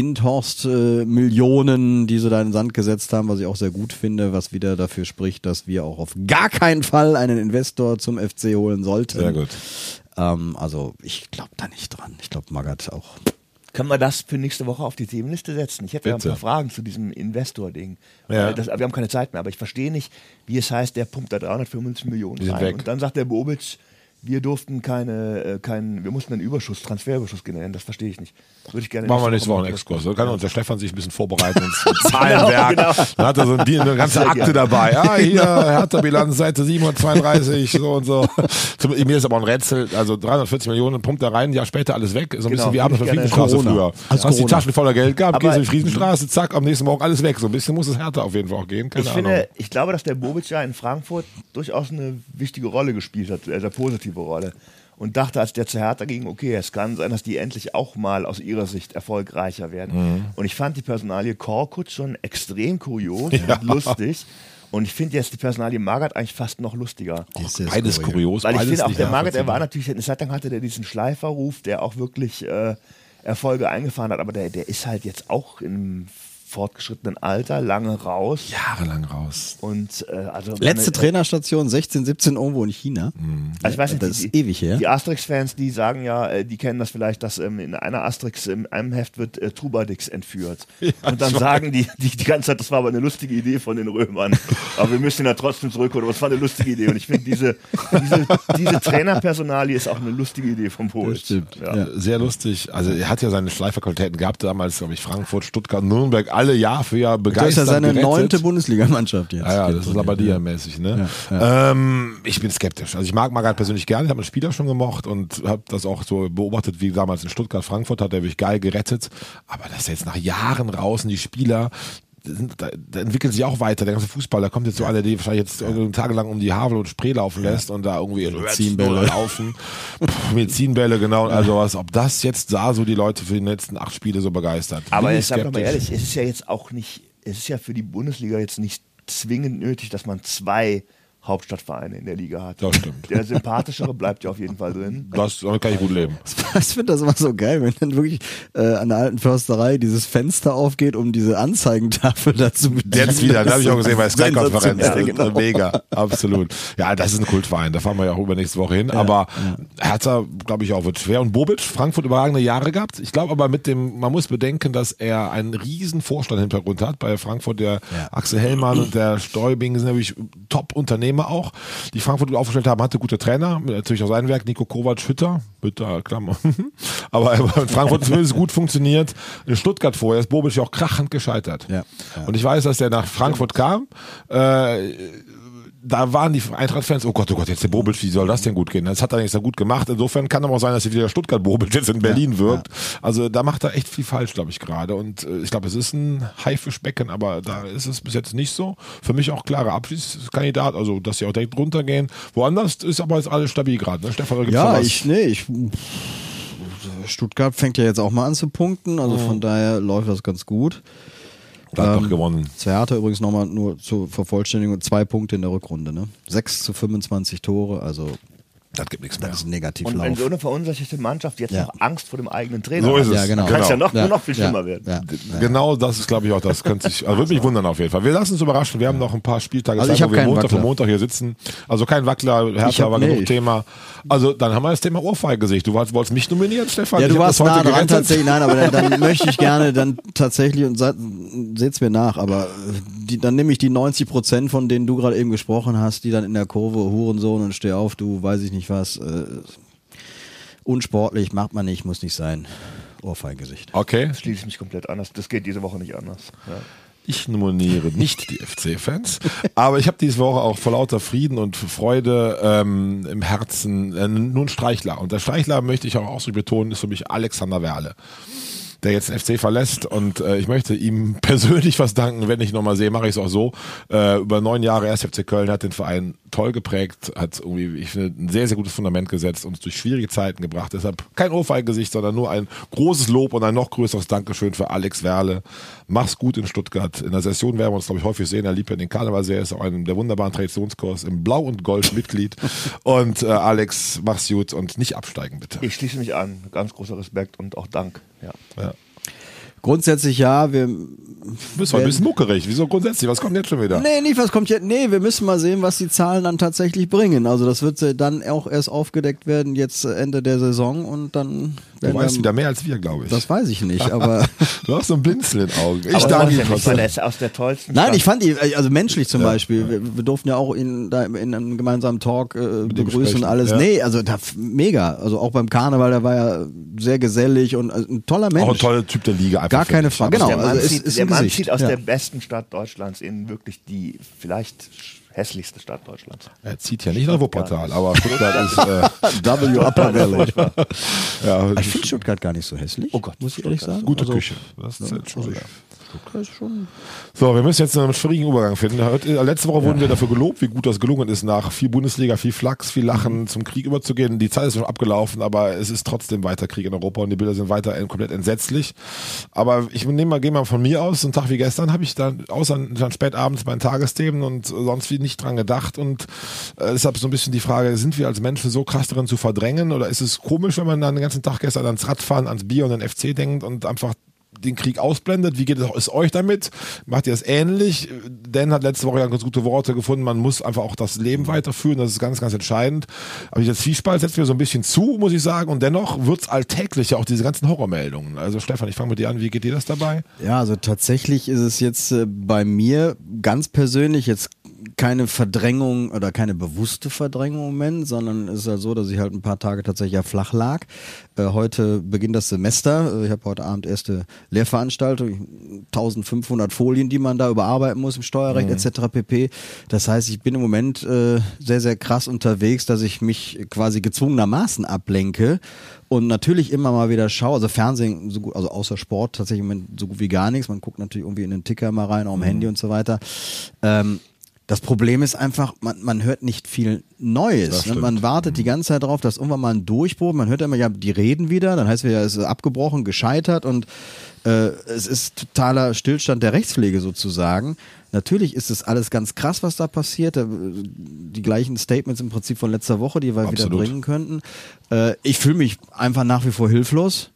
Windhorst-Millionen, äh, die sie da in den Sand gesetzt haben, was ich auch sehr gut finde, was wieder dafür spricht, dass wir auch auf gar keinen Fall einen Investor zum F C holen sollten. Sehr gut. Ähm, also ich glaube da nicht dran. Ich glaube Magath auch. Können wir das für nächste Woche auf die Themenliste setzen? Ich hätte ja ein paar Fragen zu diesem Investor-Ding. Ja. Das, wir haben keine Zeit mehr, aber ich verstehe nicht, wie es heißt, der pumpt da dreihundertfünfundfünfzig Millionen Die sind rein. weg. Und dann sagt der Bobic, wir durften keine, äh, keinen, wir mussten einen Überschuss, Transferüberschuss generieren. Das verstehe ich nicht. Würde ich gerne. Machen wir nächste Woche einen Exkurs. Da kann unser Stefan sich ein bisschen vorbereiten ins Zahlenwerk. Genau, genau. Dann hat er so eine, eine ganze Akte dabei. Ah, hier, Hertha-Bilanz, Seite siebenhundertzweiunddreißig, so und so. Zum, mir ist aber ein Rätsel, also dreihundertvierzig Millionen, pumpt da rein, ein Jahr später alles weg. So ein Genau, bisschen wie ab auf der Friesenstraße früher. Als hast die Taschen voller Geld gehabt, aber gehst in die Friesenstraße, zack, am nächsten Morgen alles weg. So ein bisschen muss es Hertha auf jeden Fall auch gehen. Keine ich Ahnung. finde, ich glaube, dass der Bobic ja in Frankfurt durchaus eine wichtige Rolle gespielt hat, eine sehr positive Rolle. Und dachte, als der zu Hertha ging, okay, es kann sein, dass die endlich auch mal aus ihrer Sicht erfolgreicher werden. Mhm. Und ich fand die Personalie Korkut schon extrem kurios ja. und lustig. Und ich finde jetzt die Personalie Magath eigentlich fast noch lustiger. Oh, beides kurios. Weil ich beides finde auch, nicht der Magath, er war natürlich, eine Zeit lang hatte der diesen Schleiferruf, der auch wirklich äh, Erfolge eingefahren hat, aber der, der ist halt jetzt auch im fortgeschrittenen Alter, lange raus. Jahrelang raus. Und, äh, also Letzte meine, Trainerstation sechzehn, siebzehn irgendwo in China. Also ich weiß nicht, das die, ist ewig her. Die Asterix-Fans, die sagen ja, äh, die kennen das vielleicht, dass ähm, in einer Asterix, in einem Heft wird äh, Trubadix entführt. Ja, und dann sagen die, die die ganze Zeit, das war aber eine lustige Idee von den Römern. Aber wir müssen ihn ja trotzdem zurückholen. Aber es war eine lustige Idee. Und ich finde, diese, diese, diese Trainerpersonalie ist auch eine lustige Idee vom Bobic. Stimmt. Ja. Ja, sehr lustig. Also er hat ja seine Schleiferqualitäten gehabt, damals, glaube ich, Frankfurt, Stuttgart, Nürnberg, alle Jahr für Jahr begeistert. Das ist ja seine gerettet. neunte Bundesligamannschaft jetzt. Ja, ja, das ist Labadia-mäßig, ne? Ja, ja. Ähm, ich bin skeptisch. Also ich mag Magath persönlich gerne, ich habe den Spieler schon gemocht und habe das auch so beobachtet, wie damals in Stuttgart, Frankfurt hat er wirklich geil gerettet. Aber dass er jetzt nach Jahren raus und die Spieler, Da, da entwickelt sich auch weiter, der ganze Fußball, da kommt jetzt so einer, der wahrscheinlich jetzt ja. tagelang um die Havel und Spree laufen lässt ja. und da irgendwie Medizinbälle laufen. Medizinbälle, genau, ja. also was, ob das jetzt da so die Leute für die letzten acht Spiele so begeistert. Aber jetzt sag mal ehrlich, es ist ja jetzt auch nicht, es ist ja für die Bundesliga jetzt nicht zwingend nötig, dass man zwei Hauptstadtvereine in der Liga hat. Das stimmt. Der sympathischere bleibt ja auf jeden Fall drin. Das damit kann ich gut leben. Ich finde das immer so geil, wenn dann wirklich äh, an der alten Försterei dieses Fenster aufgeht, um diese Anzeigentafel dazu bedienen. Jetzt wieder, da habe ich auch gesehen bei Sky-Konferenz. Ja, genau. Mega, absolut. Ja, das ist ein Kultverein, da fahren wir ja auch übernächste Woche hin. Ja, aber ja. Hertha, glaube ich, auch wird schwer. Und Bobic, Frankfurt überragende Jahre gehabt. Ich glaube aber mit dem, man muss bedenken, dass er einen riesen Vorstand-Hintergrund hat. Bei Frankfurt der ja. Axel Hellmann und der Stäubing sind natürlich Top-Unternehmer auch, die Frankfurt aufgestellt haben, hatte gute Trainer, natürlich auch sein Werk, Nico Kovac, Hütter, Hütter, Klammer, aber in Frankfurt ist zumindest gut funktioniert. In Stuttgart vorher ist Bobic ja auch krachend gescheitert. Ja, ja. Und ich weiß, dass der nach Frankfurt kam, äh, da waren die Eintracht-Fans, oh Gott, oh Gott, jetzt der Bobic, wie soll das denn gut gehen? Das hat er nicht so gut gemacht. Insofern kann aber auch sein, dass wieder der Stuttgart-Bobic jetzt in Berlin ja, wirkt. Ja. Also da macht er echt viel falsch, glaube ich, gerade. Und äh, ich glaube, es ist ein Haifischbecken, aber da ist es bis jetzt nicht so. Für mich auch klarer Abschiedskandidat, also dass sie auch direkt runtergehen. Woanders ist aber jetzt alles stabil gerade, ne? Stefan, gibt's ja, da was? ich, nee, ich, Stuttgart fängt ja jetzt auch mal an zu punkten, also von daher läuft das ganz gut. Da hat ähm, gewonnen. Zu Hertha übrigens nochmal nur zur Vervollständigung zwei Punkte in der Rückrunde. Ne? sechs zu fünfundzwanzig Tore, also Das gibt nichts mehr. Das ist ein Negativlauf. Und wenn so eine verunsicherte Mannschaft jetzt Ja. noch Angst vor dem eigenen Trainer So ist hat, es. Ja, genau. kann es ja Genau. noch, nur noch viel schlimmer ja. werden. Ja. Genau, das ist, glaube ich, auch, das könnte sich, also würde mich wundern auf jeden Fall. Wir lassen uns überraschen, wir haben noch ein paar Spieltage Also ich Zeit, hab wo wir keinen Montag für Wackler. Montag hier sitzen. Also kein Wackler, Ich Hertha hab- war nee, genug ich- Thema. Also dann haben wir das Thema Ohrfeigesicht. Du wolltest mich nominieren, Stefan? Ja, Ich du hab warst das heute nah dran gerettet. tatsächlich. Nein, aber dann, dann möchte ich gerne dann tatsächlich, und se- seht's mir nach, aber die, dann nehme ich die neunzig Prozent, von denen du gerade eben gesprochen hast, die dann in der Kurve Hurensohn und steh auf, du weiß ich nicht was, äh, unsportlich, macht man nicht, muss nicht sein. Ohrfeigesicht. Okay. Das schließe ich mich komplett anders. Das geht diese Woche nicht anders. Ja. Ich nominiere nicht die F C-Fans, aber ich habe diese Woche auch vor lauter Frieden und Freude ähm, im Herzen äh, nur einen Streichler. Und der Streichler, möchte ich auch ausdrücklich betonen, ist für mich Alexander Werle, der jetzt den F C verlässt, und äh, ich möchte ihm persönlich was danken. Wenn ich ihn nochmal sehe, mache ich es auch so. Äh, über neun Jahre erst F C Köln, hat den Verein toll geprägt, hat irgendwie, ich finde, ein sehr, sehr gutes Fundament gesetzt und uns durch schwierige Zeiten gebracht. Deshalb kein Ohrfeigesicht, sondern nur ein großes Lob und ein noch größeres Dankeschön für Alex Werle. Mach's gut in Stuttgart. In der Session werden wir uns, glaube ich, häufig sehen. Er liebt ja den Karneval sehr, ist auch einem der wunderbaren Traditionskurs im Blau und Gold Mitglied. Und äh, Alex, mach's gut und nicht absteigen, bitte. Ich schließe mich an. Ganz großer Respekt und auch Dank. Ja. Ja. Grundsätzlich ja, wir Du bist heute ein bisschen muckerig. Wieso grundsätzlich? Was kommt jetzt schon wieder? Nee, nicht was kommt jetzt. Nee, wir müssen mal sehen, was die Zahlen dann tatsächlich bringen. Also das wird äh, dann auch erst aufgedeckt werden, jetzt äh, Ende der Saison, und dann Du werden weißt wir- wieder mehr als wir, glaube ich. Das weiß ich nicht, aber Du hast so ein Blinzeln in den Augen. Ich Aber danke das Ihnen ist ja nicht, weil trotzdem. er ist aus der tollsten nein, Stadt. ich fand die, also menschlich zum Beispiel, wir, wir durften ja auch ihn da in einem gemeinsamen Talk äh, ihm begrüßen sprechen, und alles. ja. Nee, also da, mega. Also auch beim Karneval, der war ja sehr gesellig und also ein toller Mensch. Auch ein toller Typ der Liga. Einfach Gar keine finde ich. Frage. Genau, Der Mann, also es zieht, ist der ein Mann Gesicht. zieht aus Ja. der besten Stadt Deutschlands in wirklich die vielleicht hässlichste Stadt Deutschlands. Er zieht ja nicht nach Wuppertal, aber Stuttgart ist. Äh, W Upper Valley. ja, Ich finde Stuttgart gar nicht so hässlich. Oh Gott, muss ich ehrlich sagen. gute Also, Küche. Das ist jetzt schon. Das ist schon So, wir müssen jetzt einen schwierigen Übergang finden. Heute- Letzte Woche wurden wir dafür gelobt, wie gut das gelungen ist, nach viel Bundesliga, viel Flachs, viel Lachen zum Krieg überzugehen. Die Zeit ist schon abgelaufen, aber es ist trotzdem weiter Krieg in Europa und die Bilder sind weiter komplett entsetzlich. Aber ich nehme mal, gehe mal von mir aus, einen Tag wie gestern habe ich dann, außer dann spät abends bei den Tagesthemen und sonst wie nicht dran gedacht, und äh, deshalb so ein bisschen die Frage, sind wir als Menschen so krass darin zu verdrängen, oder ist es komisch, wenn man dann den ganzen Tag gestern ans Radfahren, ans Bier und den F C denkt und einfach den Krieg ausblendet? Wie geht es es euch damit? Macht ihr das ähnlich? Dan hat letzte Woche ja ganz gute Worte gefunden. Man muss einfach auch das Leben weiterführen. Das ist ganz, ganz entscheidend. Aber dieser Zwiespalt setzt mir so ein bisschen zu, muss ich sagen. Und dennoch wird's alltäglicher, auch diese ganzen Horrormeldungen. Also Stefan, ich fange mit dir an. Wie geht dir das dabei? Ja, also tatsächlich ist es jetzt äh, bei mir ganz persönlich jetzt keine Verdrängung oder keine bewusste Verdrängung im Moment, sondern es ist halt so, dass ich halt ein paar Tage tatsächlich ja flach lag. Äh, heute beginnt das Semester. Äh, ich habe heute Abend erste Lehrveranstaltung, eintausendfünfhundert Folien, die man da überarbeiten muss im Steuerrecht et cetera pp. Das heißt, ich bin im Moment äh, sehr, sehr krass unterwegs, dass ich mich quasi gezwungenermaßen ablenke und natürlich immer mal wieder schaue, also Fernsehen, so gut, also außer Sport tatsächlich im Moment so gut wie gar nichts. Man guckt natürlich irgendwie in den Ticker mal rein, auch im Handy und so weiter. Ähm, Das Problem ist einfach, man, man hört nicht viel Neues. Ne? Man wartet die ganze Zeit darauf, dass irgendwann mal ein Durchbruch, man hört immer, ja, die reden wieder, dann heißt es ja, es ist abgebrochen, gescheitert, und äh, es ist totaler Stillstand der Rechtspflege sozusagen. Natürlich ist es alles ganz krass, was da passiert. Da, die gleichen Statements im Prinzip von letzter Woche, die wir Absolut. wieder bringen könnten. Äh, ich fühle mich einfach nach wie vor hilflos.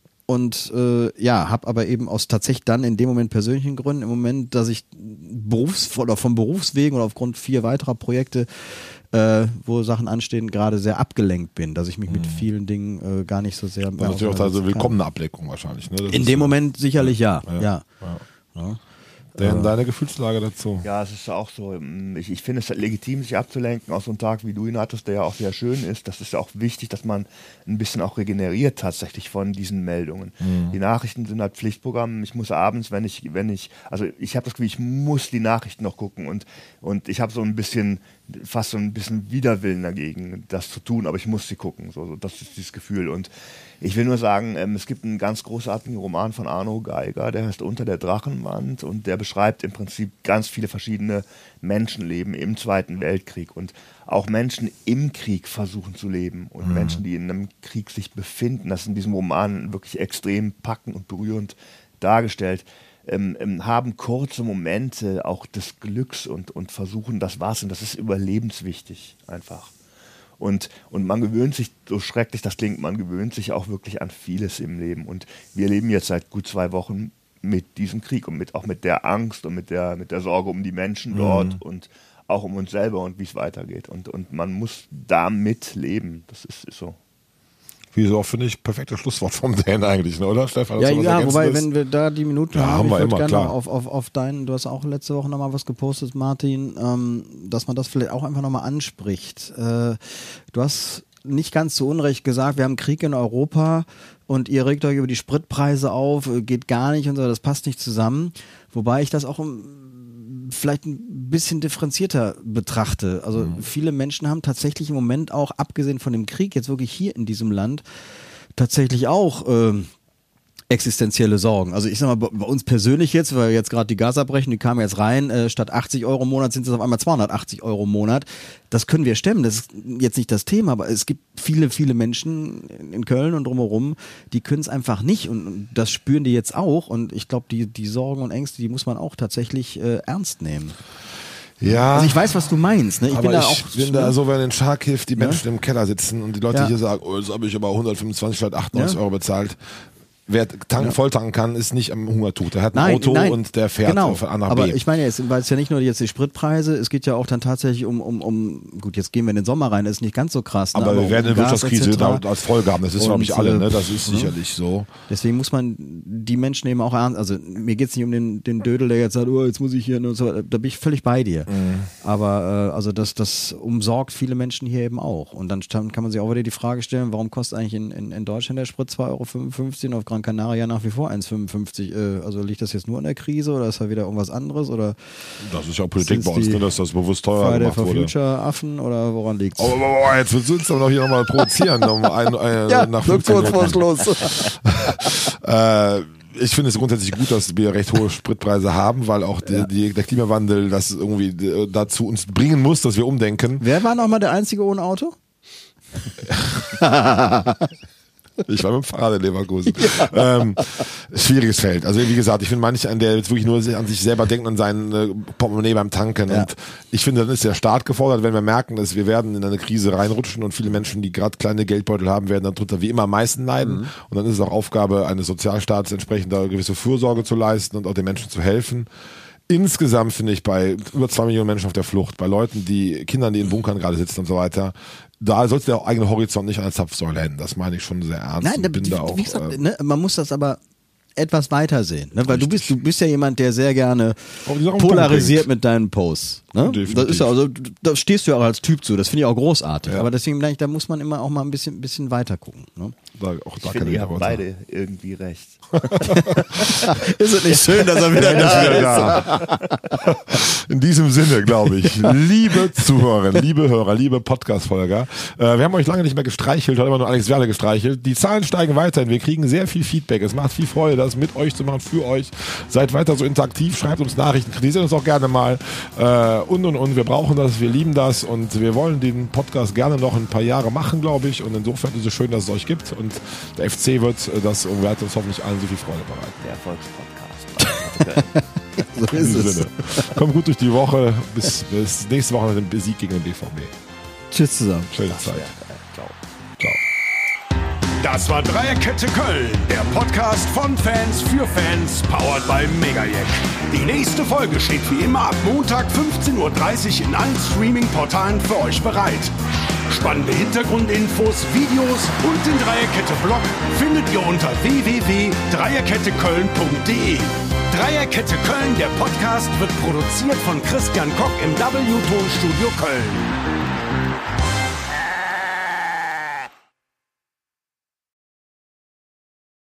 Und äh, ja, habe aber eben aus tatsächlich dann in dem Moment persönlichen Gründen im Moment, dass ich Berufs- oder vom Berufswegen oder aufgrund vier weiterer Projekte, äh, wo Sachen anstehen, gerade sehr abgelenkt bin, dass ich mich mit vielen Dingen äh, gar nicht so sehr Das ist natürlich auch da so willkommene Ablenkung wahrscheinlich. Ne? Das in ist, dem Moment sicherlich ja. Ja. ja. Ja. ja. Dan, deine Gefühlslage dazu? Ja, es ist auch so, ich, ich finde es legitim, sich abzulenken, auch so ein Tag, wie du ihn hattest, der ja auch sehr schön ist. Das ist ja auch wichtig, dass man ein bisschen auch regeneriert tatsächlich von diesen Meldungen. Mhm. Die Nachrichten sind halt Pflichtprogramm. Ich muss abends, wenn ich, wenn ich, also ich habe das Gefühl, ich muss die Nachrichten noch gucken, und, und ich habe so ein bisschen, fast so ein bisschen Widerwillen dagegen, das zu tun, aber ich muss sie gucken. So, so, das ist dieses Gefühl. Und ich will nur sagen, ähm, es gibt einen ganz großartigen Roman von Arno Geiger, der heißt Unter der Drachenwand, und der beschreibt im Prinzip ganz viele verschiedene Menschenleben im Zweiten Weltkrieg und auch Menschen im Krieg versuchen zu leben und mhm. Menschen, die in einem Krieg sich befinden. Das ist in diesem Roman wirklich extrem packend und berührend dargestellt. Ähm, ähm, haben kurze Momente auch des Glücks und, und versuchen das war's, und das ist überlebenswichtig einfach. Und, und man gewöhnt sich, so schrecklich das klingt, man gewöhnt sich auch wirklich an vieles im Leben. Und wir leben jetzt seit gut zwei Wochen mit diesem Krieg und mit, auch mit der Angst und mit der, mit der Sorge um die Menschen dort mhm. und auch um uns selber und wie es weitergeht. Und, und man muss damit leben. Das ist, ist so. Wie so, finde ich, perfektes Schlusswort vom Dan eigentlich, ne, oder Stefan? Ja, ja, wobei, wenn wir da die Minuten ja, haben, haben ich wir würde immer, gerne klar. auf, auf, auf deinen, du hast auch letzte Woche nochmal was gepostet, Martin, ähm, dass man das vielleicht auch einfach nochmal anspricht. Äh, du hast nicht ganz zu Unrecht gesagt, wir haben Krieg in Europa und ihr regt euch über die Spritpreise auf, geht gar nicht und so, das passt nicht zusammen. Wobei ich das auch vielleicht ein bisschen differenzierter betrachte. Also mhm. viele Menschen haben tatsächlich im Moment auch, abgesehen von dem Krieg, jetzt wirklich hier in diesem Land, tatsächlich auch äh, existenzielle Sorgen. Also ich sag mal, bei uns persönlich jetzt, weil jetzt gerade die Gasabrechnung, die kam jetzt rein, äh, statt achtzig Euro im Monat sind es auf einmal zweihundertachtzig Euro im Monat. Das können wir stemmen, das ist jetzt nicht das Thema, aber es gibt viele, viele Menschen in Köln und drumherum, die können es einfach nicht und, und das spüren die jetzt auch und ich glaube, die, die Sorgen und Ängste, die muss man auch tatsächlich äh, ernst nehmen. Ja. Also ich weiß, was du meinst. Ne? Ich aber bin da ich auch. bin da so, wenn in Charkiw die Menschen ja? im Keller sitzen und die Leute ja. hier sagen, oh, jetzt habe ich aber hundertfünfundzwanzig statt achtundneunzig ja? Euro bezahlt. Wer tanken, ja. volltanken kann, ist nicht am Hungertuch. Der hat ein nein, Auto nein. und der fährt genau. von A nach Aber B. ich meine jetzt, weil es ja nicht nur jetzt die Spritpreise, es geht ja auch dann tatsächlich um, um, um gut, jetzt gehen wir in den Sommer rein, das ist nicht ganz so krass. Ne? Aber, aber wir werden um eine Wirtschaftskrise da als Folge haben, das wissen, glaube ich, alle, ne? Das ist sicherlich so. Deswegen muss man die Menschen eben auch ernst, also mir geht es nicht um den, den Dödel, der jetzt sagt, oh, jetzt muss ich hier und so, da bin ich völlig bei dir. Mhm. Aber äh, also das, das umsorgt viele Menschen hier eben auch. Und dann kann man sich auch wieder die Frage stellen, warum kostet eigentlich in, in, in Deutschland der Sprit zwei Euro fünfundfünfzig und auf Gran Canaria nach wie vor eins Euro fünfundfünfzig. Äh, also liegt das jetzt nur an der Krise oder ist da wieder irgendwas anderes? Oder das ist ja auch Politik bei uns, ne, dass das bewusst teurer gemacht for wurde. Future Affen oder woran liegt es? Oh, oh, oh, jetzt willst du uns aber noch hier nochmal provozieren. um ein, ein, ja, nach so kurz vor Schluss. äh, ich finde es grundsätzlich gut, dass wir recht hohe Spritpreise haben, weil auch die, ja. die, der Klimawandel das irgendwie dazu uns bringen muss, dass wir umdenken. Wer war noch mal der Einzige ohne Auto? Ich war mit dem Fahrrad in Leverkusen. Ja. Ähm, schwieriges Feld. Also wie gesagt, ich finde manch einen, der jetzt wirklich nur an sich selber denkt, an sein äh, Portemonnaie beim Tanken. Ja. Und ich finde, dann ist der Staat gefordert, wenn wir merken, dass wir werden in eine Krise reinrutschen und viele Menschen, die gerade kleine Geldbeutel haben, werden dann drunter wie immer am meisten leiden. Mhm. Und dann ist es auch Aufgabe eines Sozialstaats, entsprechend da gewisse Fürsorge zu leisten und auch den Menschen zu helfen. Insgesamt finde ich bei über zwei Millionen Menschen auf der Flucht, bei Leuten, die Kindern, die in Bunkern gerade sitzen und so weiter, da sollte der eigene Horizont nicht an der Zapfsäule enden. Das meine ich schon sehr ernst. Nein, da, bin wie, da auch, wie gesagt, äh, ne, man muss das aber etwas weiter sehen, ne? Weil du bist, du bist ja jemand, der sehr gerne polarisiert mit deinen Posts. Ne? Das ist ja also, da stehst du ja auch als Typ zu. Das finde ich auch großartig. Ja. Aber deswegen, da muss man immer auch mal ein bisschen, bisschen weiter gucken. Ne? Da, auch da ich finde, ihr habt beide irgendwie recht. Ist es nicht schön, dass er wieder da ist? Da. In diesem Sinne, glaube ich, liebe Zuhörerinnen, liebe Hörer, liebe Podcast-Folger, äh, wir haben euch lange nicht mehr gestreichelt, hat immer nur Alex Werle gestreichelt. Die Zahlen steigen weiterhin, wir kriegen sehr viel Feedback. Es macht viel Freude, das mit euch zu machen, für euch. Seid weiter so interaktiv, schreibt uns Nachrichten, kritisiert uns auch gerne mal. Äh, und und und, wir brauchen das, wir lieben das und wir wollen den Podcast gerne noch ein paar Jahre machen, glaube ich. Und insofern ist es schön, dass es euch gibt. Und der F C wird das und wird uns hoffentlich allen so viel Freude bereiten. Der Erfolgspodcast. So ist es. Sinne. Kommt gut durch die Woche. Bis, bis nächste Woche mit dem Sieg gegen den B V B. Tschüss zusammen. Schöne Zeit. Ciao. Ciao. Das war Dreierkette Köln, der Podcast von Fans für Fans, powered by Megajack. Die nächste Folge steht wie immer ab Montag fünfzehn Uhr dreißig in allen Streaming-Portalen für euch bereit. Spannende Hintergrundinfos, Videos und den Dreierkette-Blog findet ihr unter w w w punkt dreierkette köln punkt de. Dreierkette Köln, der Podcast, wird produziert von Christian Koch im W-Tonstudio Köln.